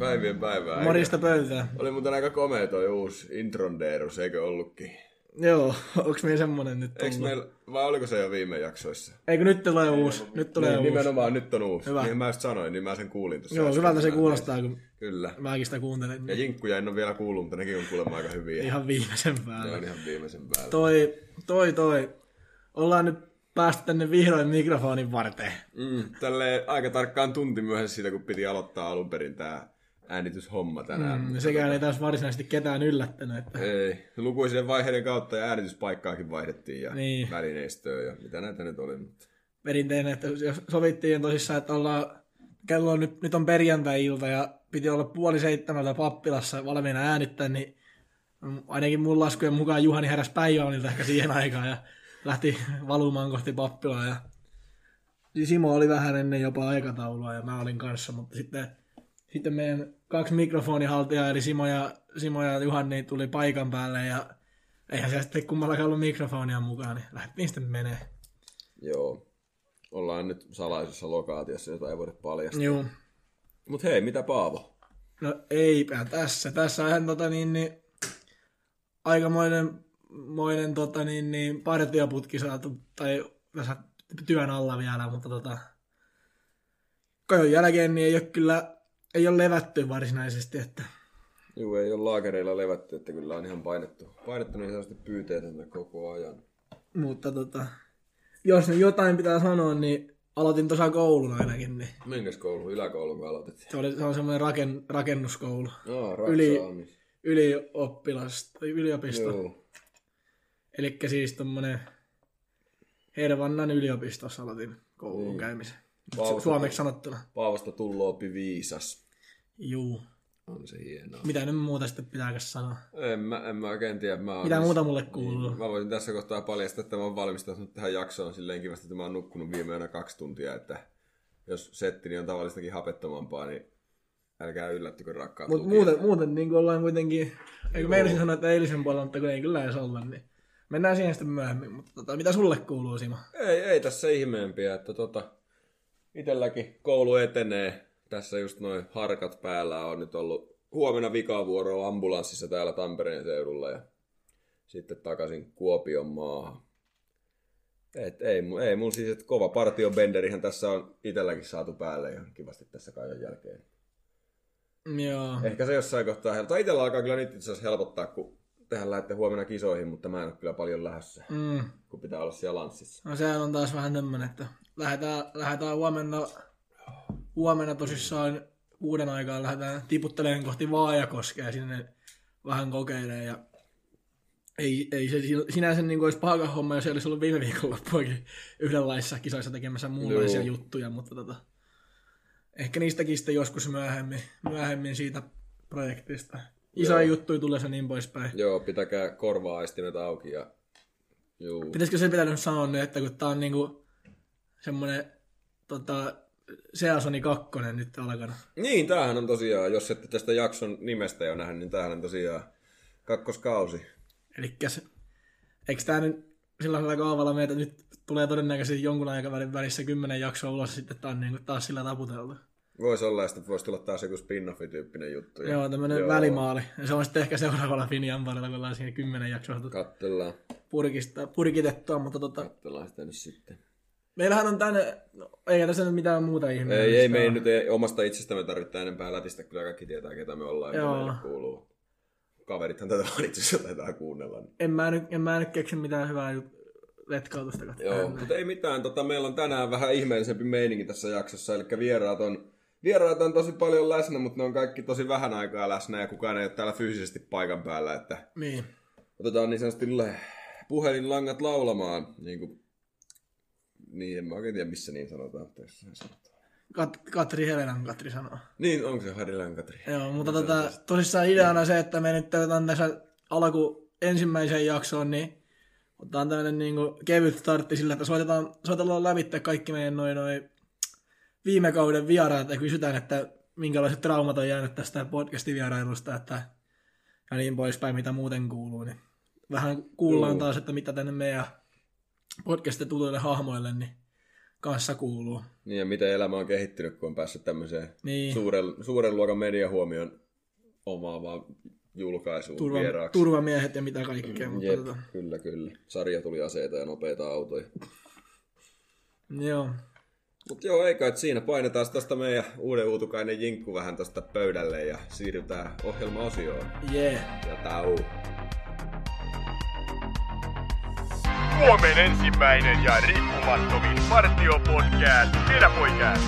Päivien päivää. Morista pöytään. Oli muuten aika komea toi uusi Intronderus, eikö ollutkin? Joo, onks meillä semmonen nyt tullut? Eikö meillä, vai oliko se jo viime jaksoissa? Eikö nyt tulee uusi? Nyt tulee uusi. Nimenomaan nyt on uusi. Hyvä. Niin mä just sanoin, niin mä sen kuulin tuossa. Joo, hyvältä se kuulostaa, kun Kyllä. mäkin sitä kuuntelen. Ja jinkkuja en ole vielä kuullut, mutta nekin on kuulemma aika hyviä. Ihan viimeisen Ne päällä. on ihan viimeisen päällä. Toi. Ollaan nyt päästy tänne vihdoin mikrofonin varteen. Tälleen aika tarkkaan tunti myöhässä siitä, kun piti aloittaa alun perin tää äänityshomma tänään. Sekään ei taas varsinaisesti ketään yllättänyt. Että... Ei. Lukuisien vaiheiden kautta ja äänityspaikkaakin vaihdettiin ja Niin. välineistöä ja mitä näitä nyt oli. Mutta... Perinteinen, että jos sovittiin tosissaan, että kello on nyt on perjantai-ilta ja piti olla 6:30 pappilassa valmiina äänittää, niin ainakin mun laskujen mukaan Juhani heräsi päiväunilta ehkä siihen aikaan ja lähti valumaan kohti pappilaa. Ja Simo oli vähän ennen jopa aikataulua ja mä olin kanssa, mutta sitten meidän 2 mikrofonihaltijaa, eli Simo ja Juhani tuli paikan päälle ja eihän siellä sitten kummallakaan ollut mikrofonia mukaan, niin lähdettiin sitten menee. Joo. Ollaan nyt salaisessa lokaatiossa, jota ei voida paljastaa. Joo. Mut hei, mitä Paavo? No eipä tässä. Tässä on ihan aikamoinen partioputki saatu, tai tässä työn alla vielä, mutta kojon jälkeen niin ei ole levätty varsinaisesti, että... Joo, ei ole laakereilla levätty, että kyllä on ihan painettu niin sanotusti pyyteetöntä koko ajan. Mutta jos nyt jotain pitää sanoa, niin aloitin tuossa koulun ainakin. Niin Minkäs koulu? Yläkoulun kun aloitit? se on semmoinen rakennuskoulu. Yliopisto. Joo. Elikkä siis tommonen Hervannan yliopistossa aloitin koulun käymisen. Suomeksi sanottuna. Paavosta tulloopi viisas. Juu. On se hienoa. Mitä nyt muuta sitten pitääkös sanoa? En mä oikein tiedä. Mitä muuta mulle kuuluu? Mä voisin tässä kohtaa paljastaa, että mä oon valmistautunut tähän jaksoon silleen kivasti, että mä oon nukkunut viime yönä 2 tuntia, että jos settini on tavallistakin hapettomampaa, niin älkää yllättykö rakkaat Mutta muuten niin kuin ollaan kuitenkin, eikö meinasin sanoa, että eilisen puolella, mutta kun ei kyllä edes olla, niin mennään siihen sitten myöhemmin. Mutta mitä sulle kuuluu, Simo? Ei tässä ihmeempiä, että itelläkin koulu etenee. Tässä just noin harkat päällä on nyt ollut huomenna vikavuoroa ambulanssissa täällä Tampereen seudulla ja sitten takaisin Kuopion maahan. Ei mun siis, että kova partiobenderihän tässä on itelläkin saatu päälle ihan kivasti tässä kajon jälkeen. Joo. Ehkä se jossain kohtaa helpottaa. Itellä alkaa kyllä nyt itse asiassa helpottaa, kun tehän lähdette huomenna kisoihin, mutta mä en ole kyllä paljon lähdössä, kun pitää olla siellä lanssissa. No sehän on taas vähän tämmönen, että lähdetään huomenna tosissaan 6 aikaan lähdetään tiputtelemaan kohti Vaajakoskea sinne vähän kokeilemaan ja ei se sinänsä niin kuin olisi pahakaan homma, jos ei olisi ollut viime viikonloppuakin yhdenlaisissa kisoissa tekemässä muunlaisia juttuja, mutta ehkä niistäkin sitten joskus myöhemmin siitä projektista. Isoja juttuja tulee se niin poispäin. Joo, pitäkää korva-aistimet auki ja juu. Pitäisikö se pitänyt sanoa nyt, että kun tää on niinku semmonen Seasoni 2 nyt alkanut. Niin, tämähän on tosiaan, jos ette tästä jakson nimestä jo nähnyt, niin tämähän on tosiaan kakkoskausi. Elikkäs, eikö tää nyt sellaisella kaavalla meitä nyt tulee todennäköisesti jonkun aikavälin välissä 10 jaksoa ulos, sitten tää on niinku taas sillä taputeltu. Voisi olla, että voisi tulla taas joku spin-off-tyyppinen juttu. Joo, tämmönen välimaali. Ja se on sitten ehkä seuraavalla Finiamparilla, kun ollaan siinä 10 jaksoa katsellaan. Purkitettua, mutta katsellaan sitä nyt sitten. Meillähän on tänne, eikä tässä nyt mitään muuta ihmeä. Ei me nyt omasta itsestämme tarvitse enempää lätistä, kyllä kaikki tietää, ketä me ollaan ja meille kuuluu. Kaverithan tätä vaan itse asiassa taitaa kuunnella. Niin. En mä nyt keksi mitään hyvää letkautusta. Joo, mutta ei mitään. Meillä on tänään vähän ihmeellisempi meininki tässä jaksossa, eli vieraat on tosi paljon läsnä, mutta ne on kaikki tosi vähän aikaa läsnä ja kukaan ei ole täällä fyysisesti paikan päällä, että niin. Otetaan niin sanotusti puhelinlangat laulamaan, niin en mä oikein tiedä, missä niin sanotaan. Katri Helenan Katri sanoo. Niin, onko se Helenan Katri? Joo, mutta tosissaan ideana se, että me nyt otetaan tässä ensimmäiseen jaksoon, niin otetaan tämmöinen niinku kevyt startti sillä, että soitellaan lävitse kaikki meidän noin viime kauden vieraat ja kysytään, että minkälaiset traumat on jäänyt tästä podcastivierailusta, että ja niin poispäin, mitä muuten kuuluu. Niin vähän kuullaan taas, että mitä tänne meidän podcastin tutuille hahmoille niin kanssa kuuluu. Niin ja miten elämä on kehittynyt, kun on päässyt tämmöiseen Niin. suuren luokan mediahuomion omaavaan julkaisuun vieraaksi. Turvamiehet ja mitä kaikkea. Jep, kyllä. Sarja tuli aseita ja nopeita autoja. Joo. Mut joo, eikä, että siinä painetaan tästä meidän uuden uutukainen jinkku vähän tästä pöydälle ja siirrytään ohjelmaosioon. Yeah. Ja tau. Suomen ensimmäinen ja riippumattomin partiopodcast, Peräpoikääs.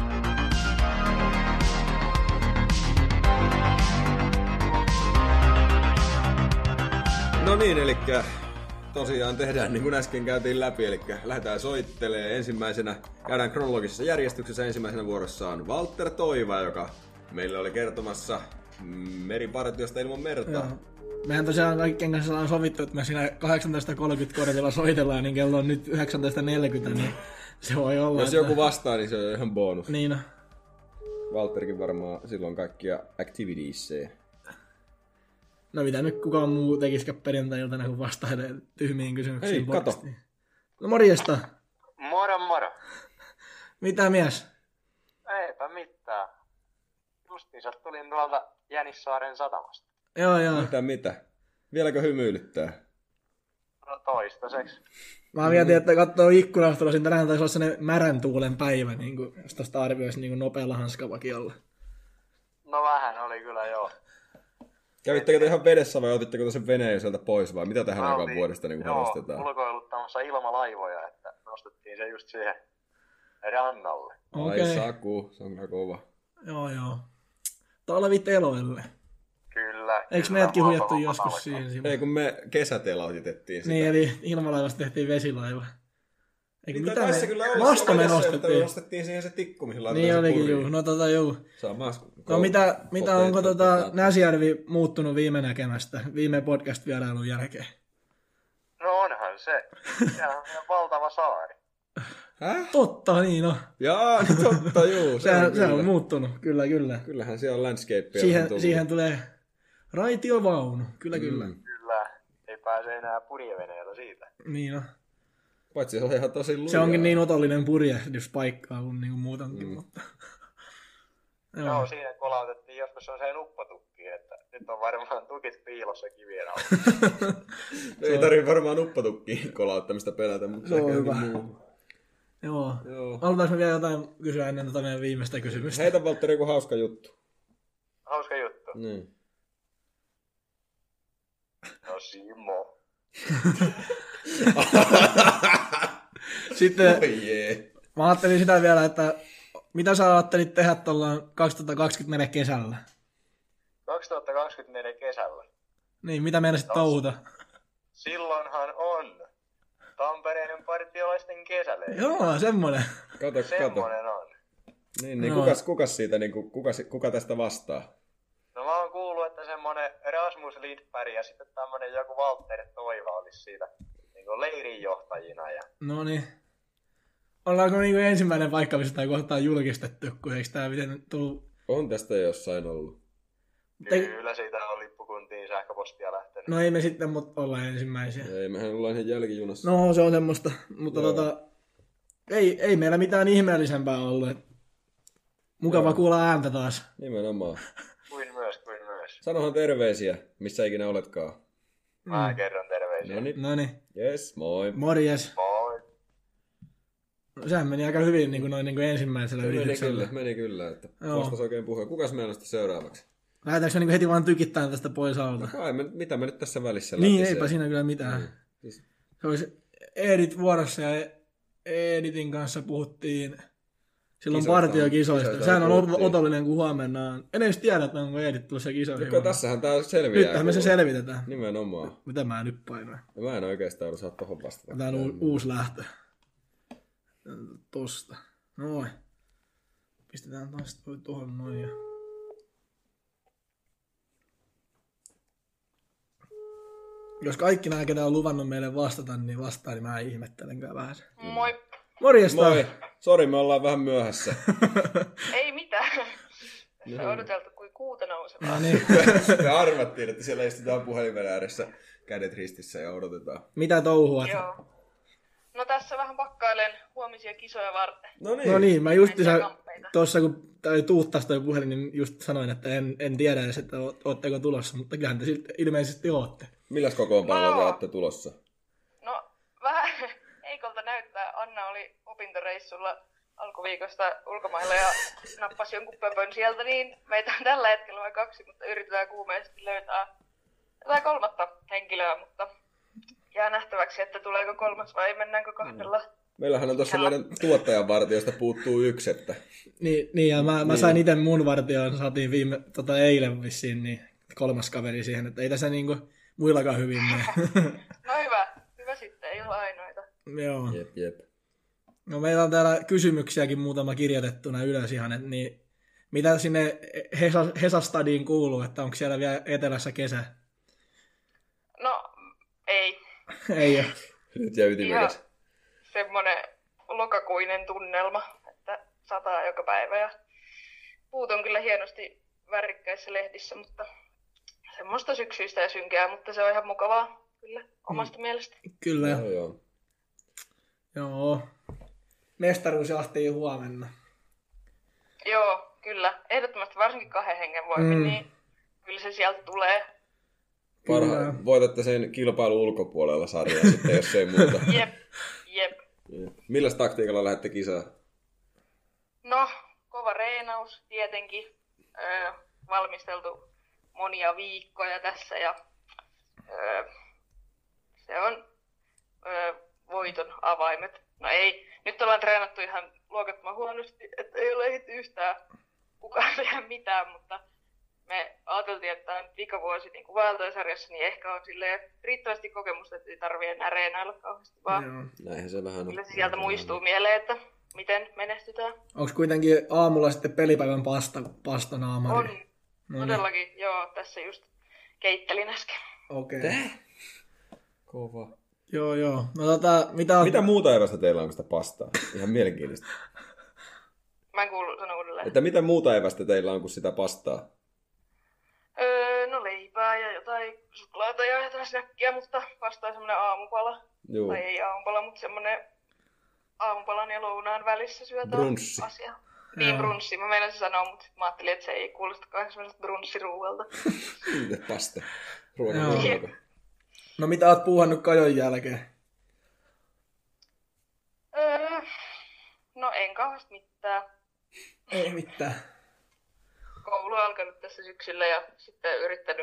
No niin, eli tosiaan tehdään niin kuin äsken käytiin läpi, eli lähdetään soittelemaan. Ensimmäisenä käydään kronologisessa järjestyksessä. Ensimmäisenä vuorossa on Walter Toiva, joka meille oli kertomassa meripartiosta ilman merta. Joo. Mehän tosiaan kaikkien kanssa on sovittu, että me siinä 18.30 kortilla soitellaan, niin kello on nyt 19.40, niin se voi olla. Jos joku vastaa, niin se on ihan bonus. Niin on. Walterkin varmaan silloin kaikkia activitiesseja. No mitä nyt kukaan muu tekisikään perjantai-iltana, kun vastailee tyhmiin kysymyksiin. Hei, kato. podcastiin. No morjesta. Moro. Mitä mies? Eipä mitään. Justiinsa tulin tuolta Jänissaaren satamasta. Joo. Mitä? Vieläkö hymyilyttää? No toistaiseksi. Mä mietin, että katsoo ikkunasta, tosin tänään taisi olla sellainen märän tuulen päivä, niin kuin, jos tosta arvioisi niin kuin nopealla hanskavakiolla. No vähän oli kyllä joo. Kävittekö te ihan vedessä vai otitteko te sen veneen sieltä pois vai mitä tähän aikaan vuodesta niin harrastetaan? Joo, ulkoiluttamassa ilmalaivoja, että nostettiin se just siihen rannalle. Okei. Ai saku, se on kyllä kova. Joo. Talvit eloille. Kyllä. Eikö meidätkin huijattu joskus siihen? Ei kun me kesätelautettiin sitä. Niin, eli ilmalaivasta tehtiin vesilaiva. Eikö Niin, mitä taisi me? se kyllä olla Vasta me vedessä, mutta nostettiin. me nostettiin siihen se tikku, mihin laitetaan Niin se olikin puriin. juu. No juu. No mitä onko Näsijärvi muuttunut viime podcast-vierailun jälkeen? No onhan se. Siellä on ihan valtava saari. Häh? Totta, niin on. Jaa, niin totta, juu. Se on muuttunut, kyllä. Kyllähän siellä on landscapea. Siihen tulee raitiovaunu, kyllä. Kyllä. Ei pääse enää purjeveneellä siitä. Niin on. Paitsi se on ihan tosi lujaa. Se onkin niin otollinen purjehdyspaikkaa kuin niinku muutenkin, mutta... Joo, siinä kolautettiin joskus sellaiseen uppotukkiin, että nyt on varmaan tukit piilossa kivien alla. Ei tarvitse varmaan uppatukkiin kolauttamista pelätä, mutta Se on ehkä hyvä. muu. Joo. Joo. Halutaanko me vielä jotain kysyä ennen tätä meidän viimeistä kysymystä? Heitä Valtteri joku hauska juttu. Hauska juttu. Niin. No Simo. Sitten Oi jee. mä ajattelin sitä vielä, että mitä sä ajattelit tehdä tuolla 2024 kesällä? 2024 kesällä. Niin, mitä meinasit touhuta? Silloinhan on Tampereen partiolaisten kesäleiri. Joo, semmonen. Kato. Semmonen on. Niin, Joo. kukas siitä, niin kuka tästä vastaa? No mä oon kuullut, että semmonen Rasmus Lidberg ja sitten tämmönen joku Walter Toiva olisi siitä niinku leirinjohtajina. Ja... No niin. Ollaanko niinku ensimmäinen paikka, missä tämä kohta on julkistettu, kun eikö tää miten tullut... On tästä jossain ollut. Kyllä siitä on lippukuntiin sähköpostia lähtenyt. No ei me sitten olla ensimmäisiä. Ei, mehän ollaan ihan jälkijunassa. No se on semmoista, mutta ei meillä mitään ihmeellisempää ollut. Mukava kuulla ääntä taas. Nimenomaan. Kuin myös. Sanohan terveisiä, missä ikinä oletkaan. Mä kerron terveisiä. Noniin, Yes, moi. morjes. Moi. No, sehän meni aika hyvin niin kuin noin niin kuin ensimmäisellä yrityksellä. Meni kyllä, että Joo. vastas oikein puhua. Kukas meillä on sitten seuraavaksi? Lähdetäänkö me niin kuin heti vaan tykittämään tästä pois alta? Mitä me nyt tässä välissä Niin, lätisee? eipä siinä kyllä mitään. Siis- Se olisi Edit vuorossa ja Editin kanssa puhuttiin silloin partiokisoista. Kisoista Sehän on puhuttiin. otollinen kuin huomenna on. En edes tiedä, että onko Edit tulossa kisoihin. Kyllä tässähän tää selviää. Nythän me se kuule. selvitetään. Nimenomaan. Mitä mä nyt painoin? Ja mä en oikeastaan osaa tohon vastata. Tää on uusi lähtö. Tosta. Noin. Pistetään taas tuohon noin. Ja... Jos kaikki nämä, ketä on luvannut meille vastata, niin vastaa, niin mä ihmettelen kyllä vähän. Moi. Morjesta! Moi! Sori, me ollaan vähän myöhässä. Ei mitään. Se on odoteltu kuin kuuta nousevaa. No niin. Me arvattiin, että siellä istutaan puhelimen ääressä kädet ristissä ja odotetaan. Mitä touhua? Joo. No tässä vähän pakkailen huomisia kisoja varten. No niin, mä just Kamppeita. tuossa kun tuuttas toi puhelin, niin just sanoin, että en tiedä edes, että ootteko tulossa, mutta kyllähän te ilmeisesti ootte. Milläs kokoonpanolla te olette tulossa? No, vähän heikolta näyttää. Anna oli opintoreissulla alkuviikosta ulkomailla ja nappasi jonkun pöpön sieltä, niin meitä on tällä hetkellä vain 2, mutta yritetään kuumeisesti löytää jotain 3. henkilöä, mutta jää nähtäväksi, että tuleeko 3 vai mennäänkö 2. Meillähän on tuossa meidän tuottajan vartiosta puuttuu 1, että... Niin ja mä sain itse mun vartioon, saatiin eilen vissiin niin 3. kaveri siihen, että ei tässä niinku muillakaan hyvin mene. No hyvä sitten, ei ole ainoita. Joo. Jep. No meillä on täällä kysymyksiäkin muutama kirjoitettuna ylös ihan, niin mitä sinne Hesastadiin kuuluu, että onko siellä vielä etelässä kesä? No, ei. Ei ole. Nyt jää ytimekäs. Semmoinen lokakuinen tunnelma, että sataa joka päivä ja puut on kyllä hienosti värikkäissä lehdissä, mutta semmoista syksyistä ja synkeää, mutta se on ihan mukavaa kyllä omasta mielestä. Kyllä. Joo. Mestaruus jahtii huomenna. Joo, kyllä. Ehdottomasti varsinkin 2 hengen voimin, niin kyllä se sieltä tulee. Voitatte sen kilpailun ulkopuolella sarjaa sitten, jos ei muuta. Jep. Milläs taktiikalla lähdette kisaan? No, kova reenaus tietenkin. Valmisteltu monia viikkoja tässä ja se on voiton avaimet. No ei, nyt ollaan treenattu ihan luokattoman huonosti, että ei ole ehditty yhtään kukaan tehdä mitään, mutta me ajateltiin, että tämä on vika vuosi niin vaeltajasarjassa, niin ehkä on silleen riittävästi kokemusta, että ei tarvitse enää reenailla kauheasti, vaan näinhän se vähän on. kyllä se sieltä muistuu mieleen, että miten menestytään. Onko kuitenkin aamulla sitten pelipäivän pastanaamari? On, todellakin, joo, tässä just keittelin äsken. Okei. Kova. Joo. No Mitä muuta evästä teillä on kuin sitä pastaa? Ihan mielenkiintoista. Mä en kuulu sanoa uudelleen. Että mitä muuta evästä teillä on kuin sitä pastaa? No leipää ja jotain suklaata ja jotain snäkkiä, mutta vastaan semmonen aamupala. Joo. Tai ei aamupala, mutta semmonen aamupalan ja lounaan välissä syötään Brunssi. asia. Niin, brunssi. Mä meinasin sanoa, mutta mä ajattelin, että se ei kuulostakaan semmoiselta brunssiruualta. Pasta. Ruoka. No mitä oot puuhannut Kajon jälkeen? No en kauheasti mitään. Ei mitään. Koulu on alkanut tässä syksyllä ja sitten yrittänyt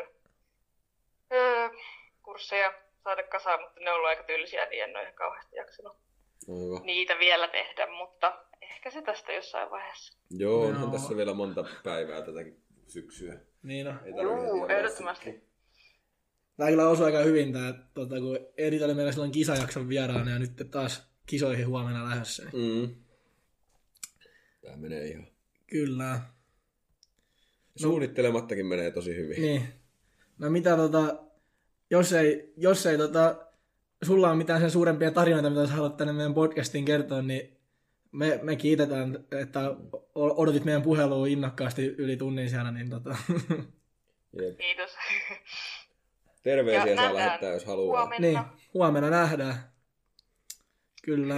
kursseja saada kasaan, mutta ne on ollut aika tyylisiä, niin en ole ihan kauheasti jaksanut niitä vielä tehdä, mutta ehkä se tästä jossain vaiheessa. Joo, on tässä vielä monta päivää tätäkin syksyä. Niin on. Joo, ehdottomasti. Tämä kyllä osui aika hyvin, kun Edith oli meillä silloin kisajakson vieraana ja nyt taas kisoihin huomenna lähdössä. Niin. Tämä menee ihan. Kyllä. Suunnittelemattakin menee tosi hyvin. Niin. No mitä jos ei sulla on mitään sen suurempia tarinoita, mitä sä haluat tänne meidän podcastiin kertoa, niin me kiitetään, että odotit meidän puhelua innokkaasti yli tunnin siellä, niin Jep. Kiitos. Terveisiä saa lähettää, jos haluaa. Huomenna. Niin, huomenna nähdään. Kyllä.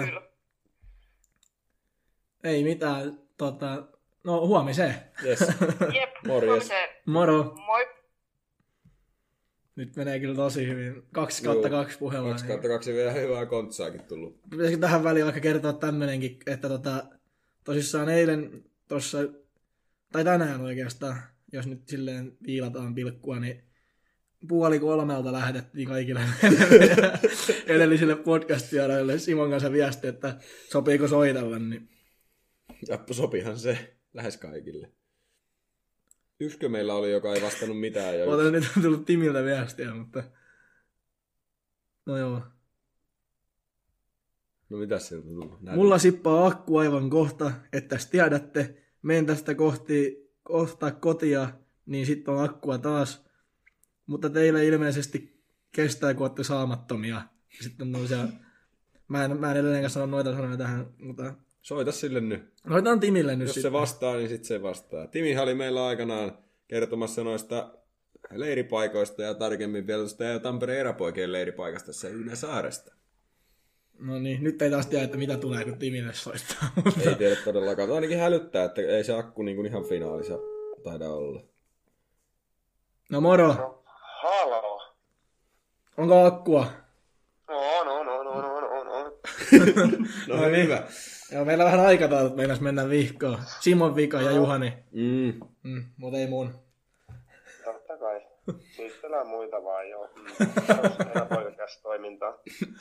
Ei mitään, no huomiseen. Yes. Jep, Morjes. huomiseen. Moro. Moi. Nyt menee kyllä tosi hyvin. 2/2 puhelua. 2/2 vielä hyvää kontsaakin tullut. Pitäisikö tähän väliin vaikka kertoa tämmönenkin, että tosissaan eilen tossa, tai tänään oikeastaan, jos nyt silleen viilataan pilkkua, niin 2:30 lähdettiin kaikille edellisille podcast-vieraille Simon kanssa viesti, että sopiiko soitella. Niin. Ja sopihan se lähes kaikille. Yksikö meillä oli, joka ei vastannut mitään? Ja Nyt on tullut Timiltä viestiä, mutta... No joo. No mitäs sieltä on tullut? Mulla sippaa akku aivan kohta, että tiedätte, menen tästä kohta kotia, niin sitten on akkua taas. Mutta teillä ilmeisesti kestää, kun olette saamattomia. Sitten on noisia... Mä en edelleenkään sano noita sanoja tähän, mutta... Soita sille nyt. Soitaan Timille nyt Jos sitten. se vastaa, niin sitten se vastaa. Timihan oli meillä aikanaan kertomassa noista leiripaikoista ja tarkemmin vielä tuosta Tampereen eräpoikien leiripaikasta Seinäsaaresta. No niin, nyt ei taas tiedä, että mitä tulee, kun Timille soittaa. Ei tiedä todellakaan. Ainakin hälyttää, että ei se akku niin kuin ihan finaalissa taida olla. No moro. Halo. Onko akkua? No. No hyvä. Joo, meillä vähän aikataulut meinas mennä vihkoon. Simon vika ja Juhani. Mutta ei mun. Totta kai. Syyttelään muita vaan, joo. Meidän poikakäs toimintaa.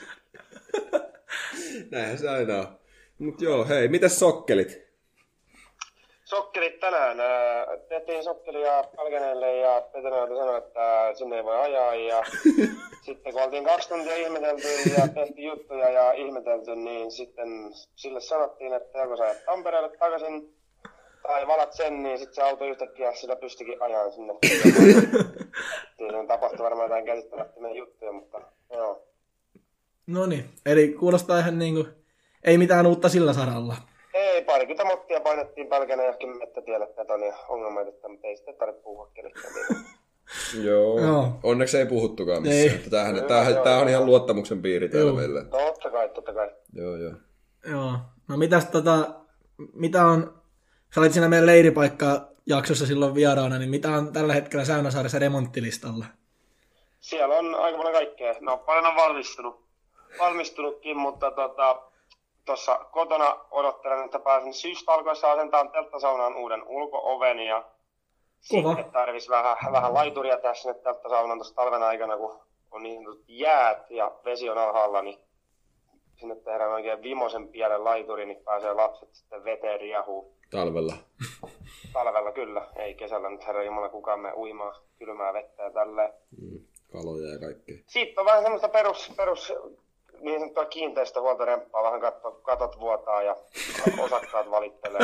Näinhän se aina on. Mut joo, hei, mitäs sokkelit? Sokkelit tänään. Tehtiin sokkelia Pälkäneelle ja Peterältä sanoi, että sinne ei voi ajaa. Ja sitten kun oltiin 2 tuntia ihmetelty ja tehtiin juttuja ja ihmetelty, niin sitten sille sanottiin, että joko sä ajat Tampereelle takaisin tai valat sen, niin sitten se auto yhtäkkiä sillä pystikin ajan sinne. Siinä tapahtui varmaan jotain käsittämättömiä juttuja, mutta joo. Noniin, eli kuulostaa ihan niinku, ei mitään uutta sillä saralla. Ei, 20 mottia painettiin Pälkäneen johonkin mettätielle betonia ongelmaitetta, mutta ei sitten tarvitse puhua kenellekään. Joo. Onneksi ei puhuttukaan missään. Tää on ihan luottamuksen piiri täällä meillä. Totta kai. Joo. No mitäs mitä on, sä olit siinä meidän leiripaikka-jaksossa silloin vieraana, niin mitä on tällä hetkellä Säynäsaaressa remonttilistalla? Siellä on aika paljon kaikkea. No paljon on valmistunutkin, mutta tuossa kotona odottelen, että pääsen syystalkoissa asentamaan telttasaunaan uuden ulko-oven ja sitten tarvitsisi vähän laituria tässä sinne telttasaunaan tuossa talven aikana, kun on niin jäät ja vesi on alhaalla, niin sinne tehdään oikein vimosen pienen laituri, niin pääsee lapset sitten veteen riehuun. Talvella. Talvella kyllä, ei kesällä nyt herra jumala kukaan mene uimaan kylmää vettä ja tälleen. Kaloja ja kaikkea. Sitten on vähän semmoista perus niin sanottua kiinteistöhuoltoremppaa, vähän katot vuotaa ja osakkaat valittelee.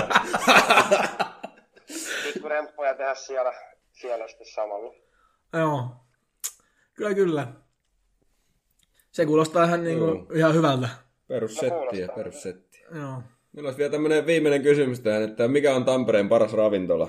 Pikku remppoja tehdä siellä sitten samalla. Joo, kyllä. Se kuulostaa ihan, ihan hyvältä. Perussettiä. Joo. Meillä olisi vielä tämmöinen viimeinen kysymys tähän, että mikä on Tampereen paras ravintola?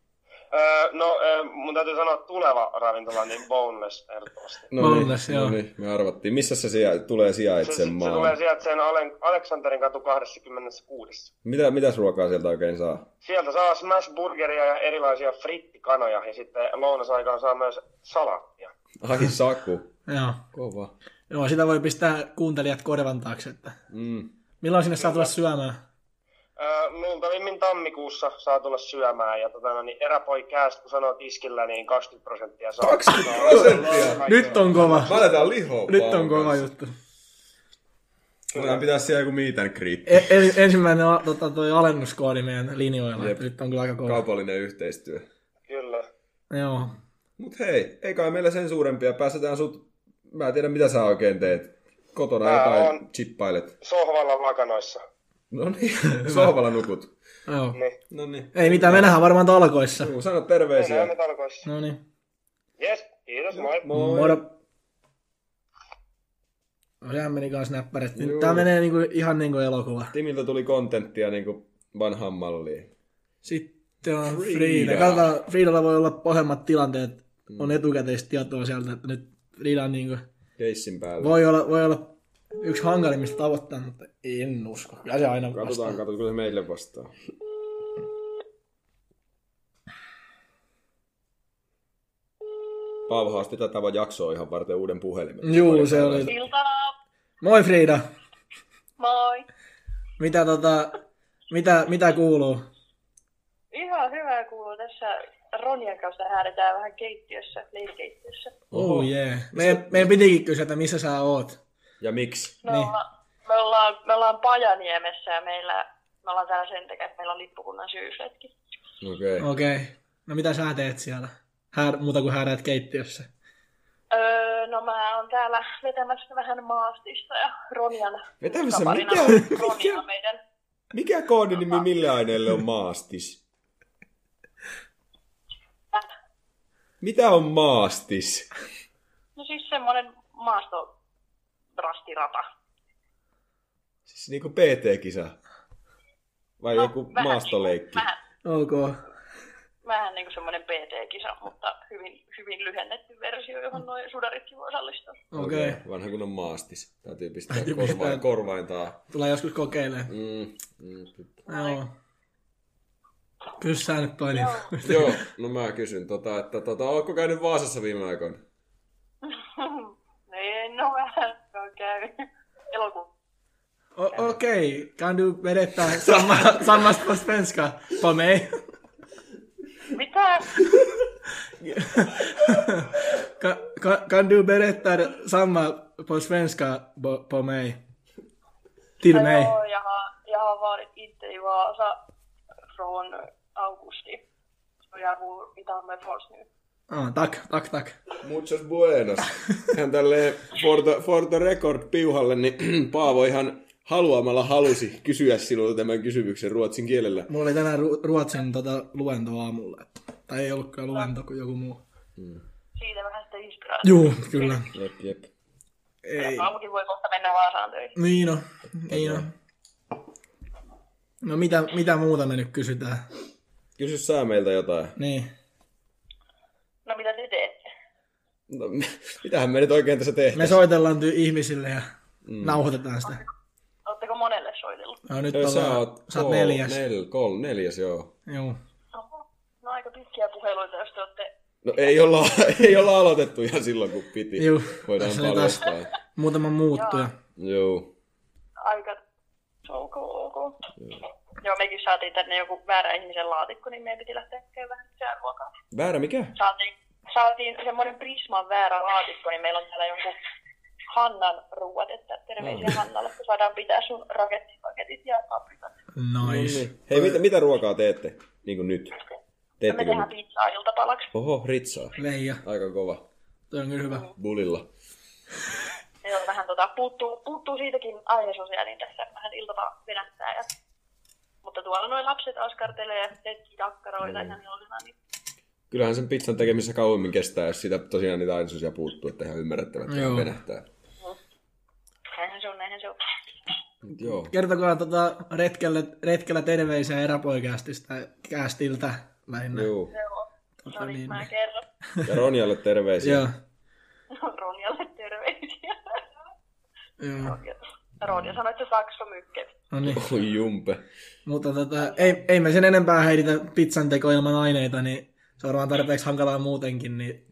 Mun täytyy sanoa tuleva ravintola, niin Boneless ehdottomasti. Boneless, joo. No niin, me arvattiin. Missä se tulee sijaitsemaan? Se tulee sijaitsemaan Aleksanterin katu 26. Mitäs ruokaa sieltä oikein saa? Sieltä saa smash-burgeria ja erilaisia frittikanoja ja sitten lounasaikaan saa myös salaattia. Ai saku. Joo. Kova. Joo, sitä voi pistää kuuntelijat korvan taakse. Että... Milloin sinne saa tulla syömään? Luultavimmin tammikuussa saa tulla syömään ja niin eräpoikäästä, kun sanoo tiskillä, niin 20% saa. 20%? Nyt on kova. Mä aletaan lihoa. Nyt on kova juttu. Voidaan pitää siellä joku meet and greet. Ensimmäinen toi alennuskoodi meidän linjoilla. Nyt on kyllä aika kova. Kaupallinen yhteistyö. Kyllä. Joo. Mut hei, ei kai meillä sen suurempia. Päästetään sut, mä en tiedä mitä sä oikein teet. Kotona jotain chippailet. Sohvalla lakanoissa. No niin, sohvalla nukut. Joo. No niin. Ei mitään, me nähdään varmaan talkoissa. Sano terveisiä. Me talkoissa. No niin. Jes, kiitos, moi. Moro. No sehän meni kans näppäret. Tää menee ihan niinku elokuva. Timiltä tuli kontenttia niinku vanhaan malliin. Sitten on Frida. Katsotaan, Fridalla voi olla pahemmat tilanteet. On etukäteistietoa sieltä, että nyt Frida on niinku... Keissin päällä. Voi olla yksi hankalimmista tavoittaa, mutta en usko. Kyllä se aina vastaa. Katsotaan, kyllä se meille vastaa. Paavo haasti tätä jaksoa ihan varten uuden puhelimen. Juu, se oli. Iltaa! Moi Frida! Moi! Mitä kuuluu? Ihan hyvää kuuluu. Tässä Ronjan kanssa häädetään vähän keittiössä, leirikeittiössä. Oh yeah. Meidän pitikin kysyä, että missä sä oot. Ja miksi? Niin. Me ollaan Pajaniemessä ja me ollaan täällä sen takia, että meillä on lippukunnan syysretki. Okei. No mitä sä teet siellä? Muuta kuin häädät keittiössä? No mä oon täällä vetämässä vähän maastista ja Ronjan vetämässä kaparina. Ronja meidän... Mikä koodinimi mille aineelle on maastis? Mitä on maastis? No siis semmonen maastorastirata. Siis niinku PT-kisa? Vai joku maastoleikki? Ok. vähän niinku semmoinen PT-kisa, mutta hyvin lyhennetty versio, johon noin sudaritkin voi osallistua. Okei. Vanha kunnon maastis. Täytyy pistää Täytyy pistää. korvaintaa. Tulee joskus kokeilemaan. Joo. Kysy sä nyt toinen. Joo, no mä kysyn, että ootko käynyt Vaasassa viime aikoina? En ole vähän käynyt. Elokuun. Okej, kan du berätta sammast på svenska på mig? Mitä? Kan du berätta samma på svenska på mig? Till mig. Ja, jag har varit inte i Vasa från augusti. Så jag bor i Tammerfors nu. Tack. Muchos buenos. Hän tälleen for the record piuhalle, niin Paavo ihan haluamalla halusi kysyä sinulta tämän kysymyksen ruotsin kielellä. Mulla oli tänään ruotsin luento aamulla. Tai ei ollutkaan luento kuin joku muu. Siitä vähän sitä inspiraatiota. Juu, kyllä. Jep. Ei. Aamukin voi kohta mennä Vaasaan töihin. Niin on. No mitä muuta me nyt kysytään? Kysy sä meiltä jotain. Niin. No mitä te teette? No, mitähän me nyt oikein tässä tehtäisiin? Me soitellaan ihmisille ja nauhoitetaan sitä. Oletteko monelle soitellut? No, nyt Sä oot neljäs. Neljäs, joo. Joo. Oho. No aika pitkiä puheluita, jos te olette... No ei olla aloitettu ihan silloin, kun piti. Juu. Voidaan Tässä oli taas paljastaa. muutama muuttuja. Joo. Aika... Ok. Joo, mekin saatiin tänne joku väärä ihmisen laatikko, niin meidän piti lähteä tekemään vähän lisää ruokaa. Väärä mikä? Saatiin semmoinen Prisman väärä laatikko, niin meillä on täällä jonkun Hannan ruuat, että terveisiä Hannalle, kun saadaan pitää sun rakettipaketit ja paprikat. Nice. No niin. Hei, mitä ruokaa teette niin kuin nyt? Me tehdään pizzaa iltapalaksi. Oho, ritsaa. Leija. Aika kova. Toi on kyllä hyvä. Bulilla. Meillä on vähän puuttuu siitäkin ainesosia, niin tässä vähän iltapala venättää. Mutta tuolla noin lapset askartelee ja tetki dakkaroita ihan iloisena. Niin... Kyllähän sen pizzan tekemisessä kauemmin kestää, jos siitä tosiaan niitä ainesosia puuttuu, että ihan ymmärrettävät venähtää. Näinhän se on. Joo. Kertokaa retkellä terveisiä eräpoikäästiltä lähinnä. Joo. No niin, mä kerron. Ja Ronjalle terveisiä. Joo. Ronjalle terveisiä. Joo. Ronja sanoi, että saksomykket. No niin. Oi jumpe. Mutta ei me sen enempää heiditä pizzan teko ilman aineita, niin se on vaan tarpeeksi hankalaa muutenkin. Niin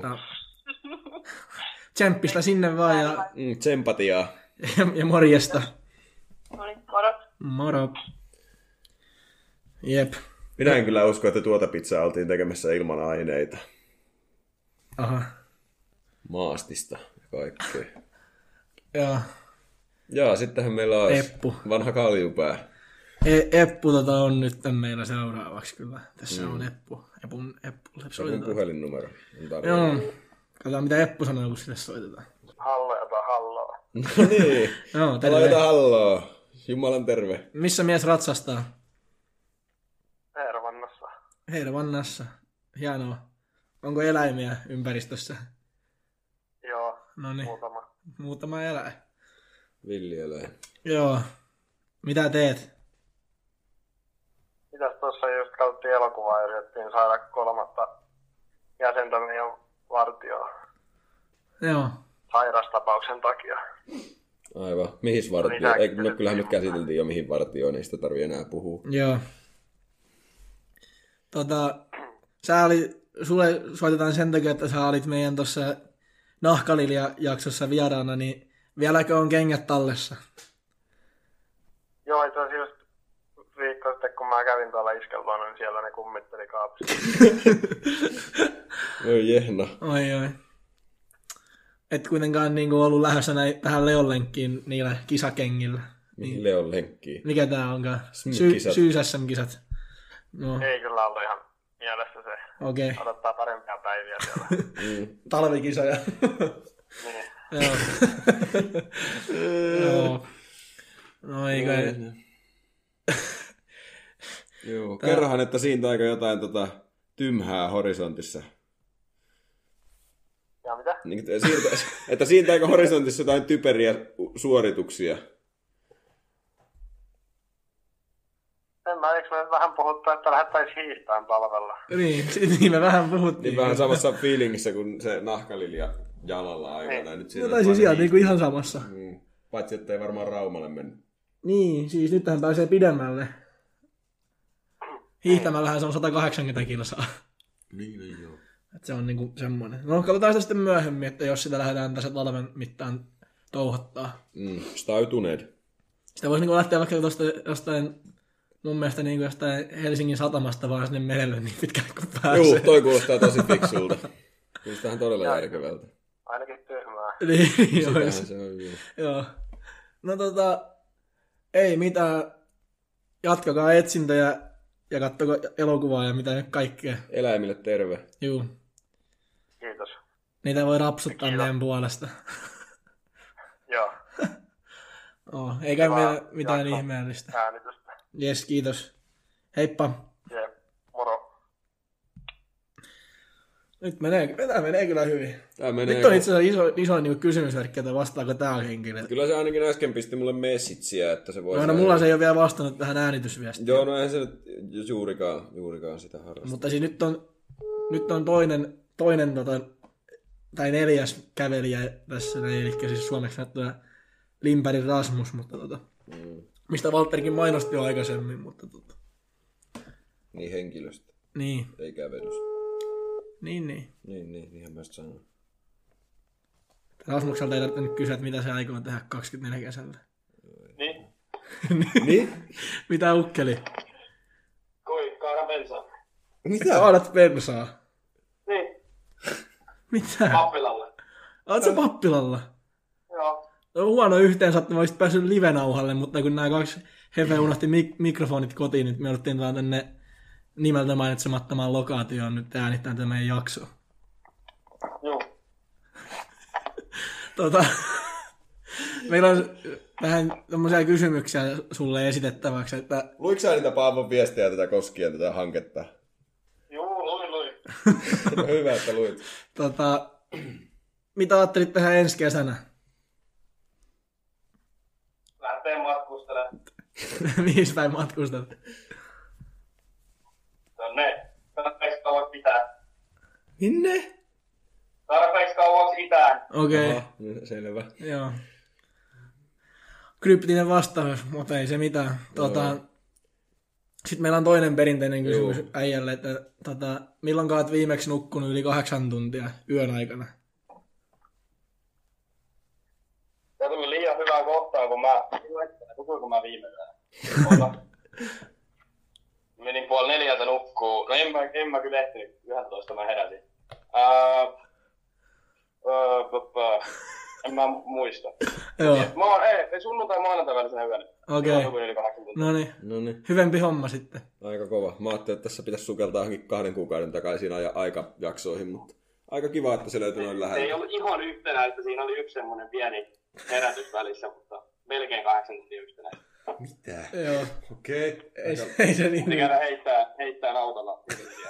tsemppistä sinne vaan ja... Tsempatiaa. ja morjesta. No niin, moro. Moro. Jep. Minä en kyllä usko, että tuota pizzaa oltiin tekemässä ilman aineita. Aha. Maastista ja kaikkea. Joo. Jaa, sittenhän meillä on Eppu. vanha kaljupää. Eppu on nyt meillä seuraavaksi kyllä. Tässä on Eppu. Eppu. Se on puhelinnumero. Joo. Katsotaan mitä Eppu sanoo, kun sille soitetaan. Halloa. No niin. Joo, terve. Laita halloa. Jumalan terve. Missä mies ratsastaa? Hervannassa. Hienoa. Onko eläimiä ympäristössä? Joo, Noniin. Muutama eläin. Villieläin. Joo. Mitä teet? Mitäs tuossa just katsottiin elokuvaa ja yritettiin saada 3. jäsentä meidän vartioon Joo. sairastapauksen takia. Aivan. Mihin vartioon? No, kyllähän nyt käsiteltiin jo mihin vartioon, niin sitä tarvii enää puhua. Joo. Sulle soitetaan sen takia, että sä olit meidän tuossa Nahkalilja-jaksossa vieraana, niin vieläkö on kengät tallessa? Joo, itse asiassa just viikko sitten, kun mä kävin tuolla iskelluona, niin siellä ne kummitteli kaapissa. Oi jehna. Oi. Et kuitenkaan niinku ollut lähdössä tähän Leonlenkkiin niillä kisakengillä. Niin. Leon lenkkiin. Mikä tää onkaan? SM-kisat. Syys-SM-kisat. No. Ei kyllä ollut ihan mielessä se. Okei. Odottaa parempia päiviä siellä. Talvikisoja. Niin. Joo. Joo. No ei kai. Joo. Kerrohan, että siitä aika jotain tymhää horisontissa. Ja mitä? Että siitä aika horisontissa jotain typeriä suorituksia. En mä, eikö me nyt vähän puhuttu, että lähdettäisiin hiihtämään talvella? Niin me vähän puhuttiin. Niin vähän samassa fiilingissä kuin se nahkalilja jalalla aikana. Nyt no siis ihan samassa. Paitsi ettei varmaan Raumalle mennyt. Niin, siis nythän pääsee pidemmälle. Hiihtämällähän se on 180 kilsaa. Niin joo. Että se on niinku semmoinen. No katsotaan sitä sitten myöhemmin, että jos sitä lähdetään tässä talven mittaan touhottaa. Stautuneet. Sitä voisi niinku lähteä vaikka jostain, mun mielestä niinku jostain Helsingin satamasta vaan sinne merelle niin pitkälle kuin pääsee. Joo, toi kuulostaa tosi fiksulta. Kuulostahan todella järkevältä. Ainakin tyhmää. Niin, Sitähän se on, joo. No ei mitään. Jatkakaa etsintöjä ja kattoko elokuvaa ja mitä kaikkea. Eläimille terve. Juu. Kiitos. Niitä voi rapsuttaa meidän puolesta. Joo. Eikä meillä mitään ihmeellistä. Äänitystä. Jes, kiitos. Heippa. Jep, moro. Nyt menee kyllä hyvin. Menee Nyt on itse asiassa iso niin kysymysmerkki, että vastaako tää henkilö. Kyllä se ainakin äsken pisti mulle messagea, että se voi... No mulla se ei ole vielä vastannut tähän äänitysviestiin. Joo, no eihän se nyt juurikaan sitä harrasta. Mutta siis nyt on toinen tai 4. kävelijä tässä, eli siis suomeksi sanottuna Limpärin Rasmus, mutta mistä Valtterikin mainosti jo aikaisemmin, mutta Niin henkilöstä. Niin. Ei kävelystä. Niin. Ihan myös sanoa. Rasmukselta ei tarvitse nyt kysyä, että mitä se aikoo tehdä 24 kesällä. Niin? Niin? Mitä ukkeli? Kaada bensaa. Mitä? Kaadat bensaa. Niin, Mitä? pappilalle. Oot sä pappilalla? Joo. No, huono yhteensattuma, olisit päässyt live-nauhalle, mutta kun nämä 2 heveä unohti mikrofonit kotiin, niin me jouduttiin tänne nimeltä mainitsemattomaan lokaatioon nyt äänittämään tämä meidän jakso. Joo. Meillä on vähän tommosia kysymyksiä sulle esitettäväksi, että... Luitko sä niitä Paavon viestejä tätä koskien tätä hanketta? Joo, luin. No, hyvä, että luit. Mitä ajattelit tehdä ensi kesänä? Lähtee matkustelemaan. Mihin päin matkustat? Tarpeeksi kauaksi pitää. Minne? Tarpeeksi kauaksi itään. Okei. Aha, selvä. Joo. Kryptinen vastaus, mutta ei se mitään. Sitten meillä on toinen perinteinen kysymys äijälle, että milloin olet viimeksi nukkunut yli 8 tuntia yön aikana? Tämä tuli liian hyvää kohtaa, kun nukuinko mä viime yönä. Menin 3:30 nukkuu. No en mä kyllä ehtinyt. 11 mä heräsin. En mä muista. Joo. Sunnuntai maanantai välisenä yönä. Okei. No niin. Hyvempi homma sitten. Aika kova. Mä ajattelin, että tässä pitäisi sukeltaa johonkin 2 kuukauden takaisiin aikajaksoihin, mutta aika kiva, että se löytyi noin lähellä. Se ei ollut ihan yhtenäistä. Siinä oli yksi semmoinen pieni herätys välissä, mutta melkein 8 tuntia yhtenäistä. Mitä? Joo. Okei. Ei se niin. Käydä heittää autolla.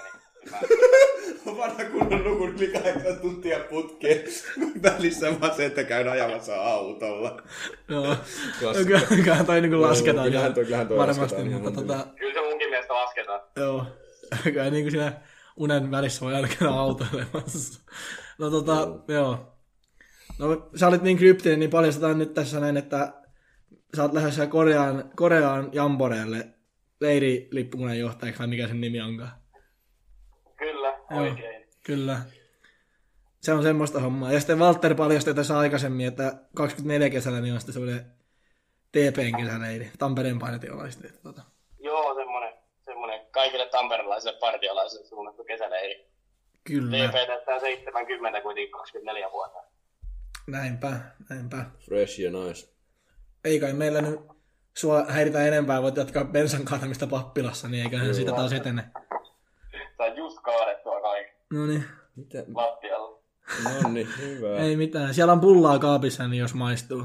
Vanha kunnon nukun yli 8 tuntia putkeen. Välissä vaan se, että käyn ajamassa autolla. Joo. Kyllähän toi niin lasketaan. Kyllähän toi varmasti, lasketaan. mutta Kyllä se munkin mielestä lasketaan. Joo. Kyllä niin kuin siinä unen välissä voi jälkeen autoilemassa. Joo. No sä olit niin kryptinen, niin paljastetaan nyt tässä näin, että sä oot lähdössä Koreaan Jamboreelle leirilippukunnan johtajaksi, vai mikä sen nimi onkaan? Kyllä, oikein. Kyllä. Se on semmoista hommaa. Ja sitten Valtteri paljasti tässä aikaisemmin, että 24 kesällä niin on sitten semmoinen TP:n kesäleiri, Tampereen partiolaisten. Joo, semmoinen kaikille tamperelaisille partiolaisille suunnattu kesäleiri. Kyllä. TP täyttää 70 kuitenkin 24 vuotta. Näinpä. Fresh ja nice. Ei kai meillä nyt sua häiritään enempää, voit jatkaa bensan kaatamista pappilassa, niin eiköhän siitä taas etene. Sä oot just kaadettua kaikki. Noniin. Mitä? Lattialla. Nonni, hyvä. Ei mitään. Siellä on pullaa kaapissa, niin jos maistuu.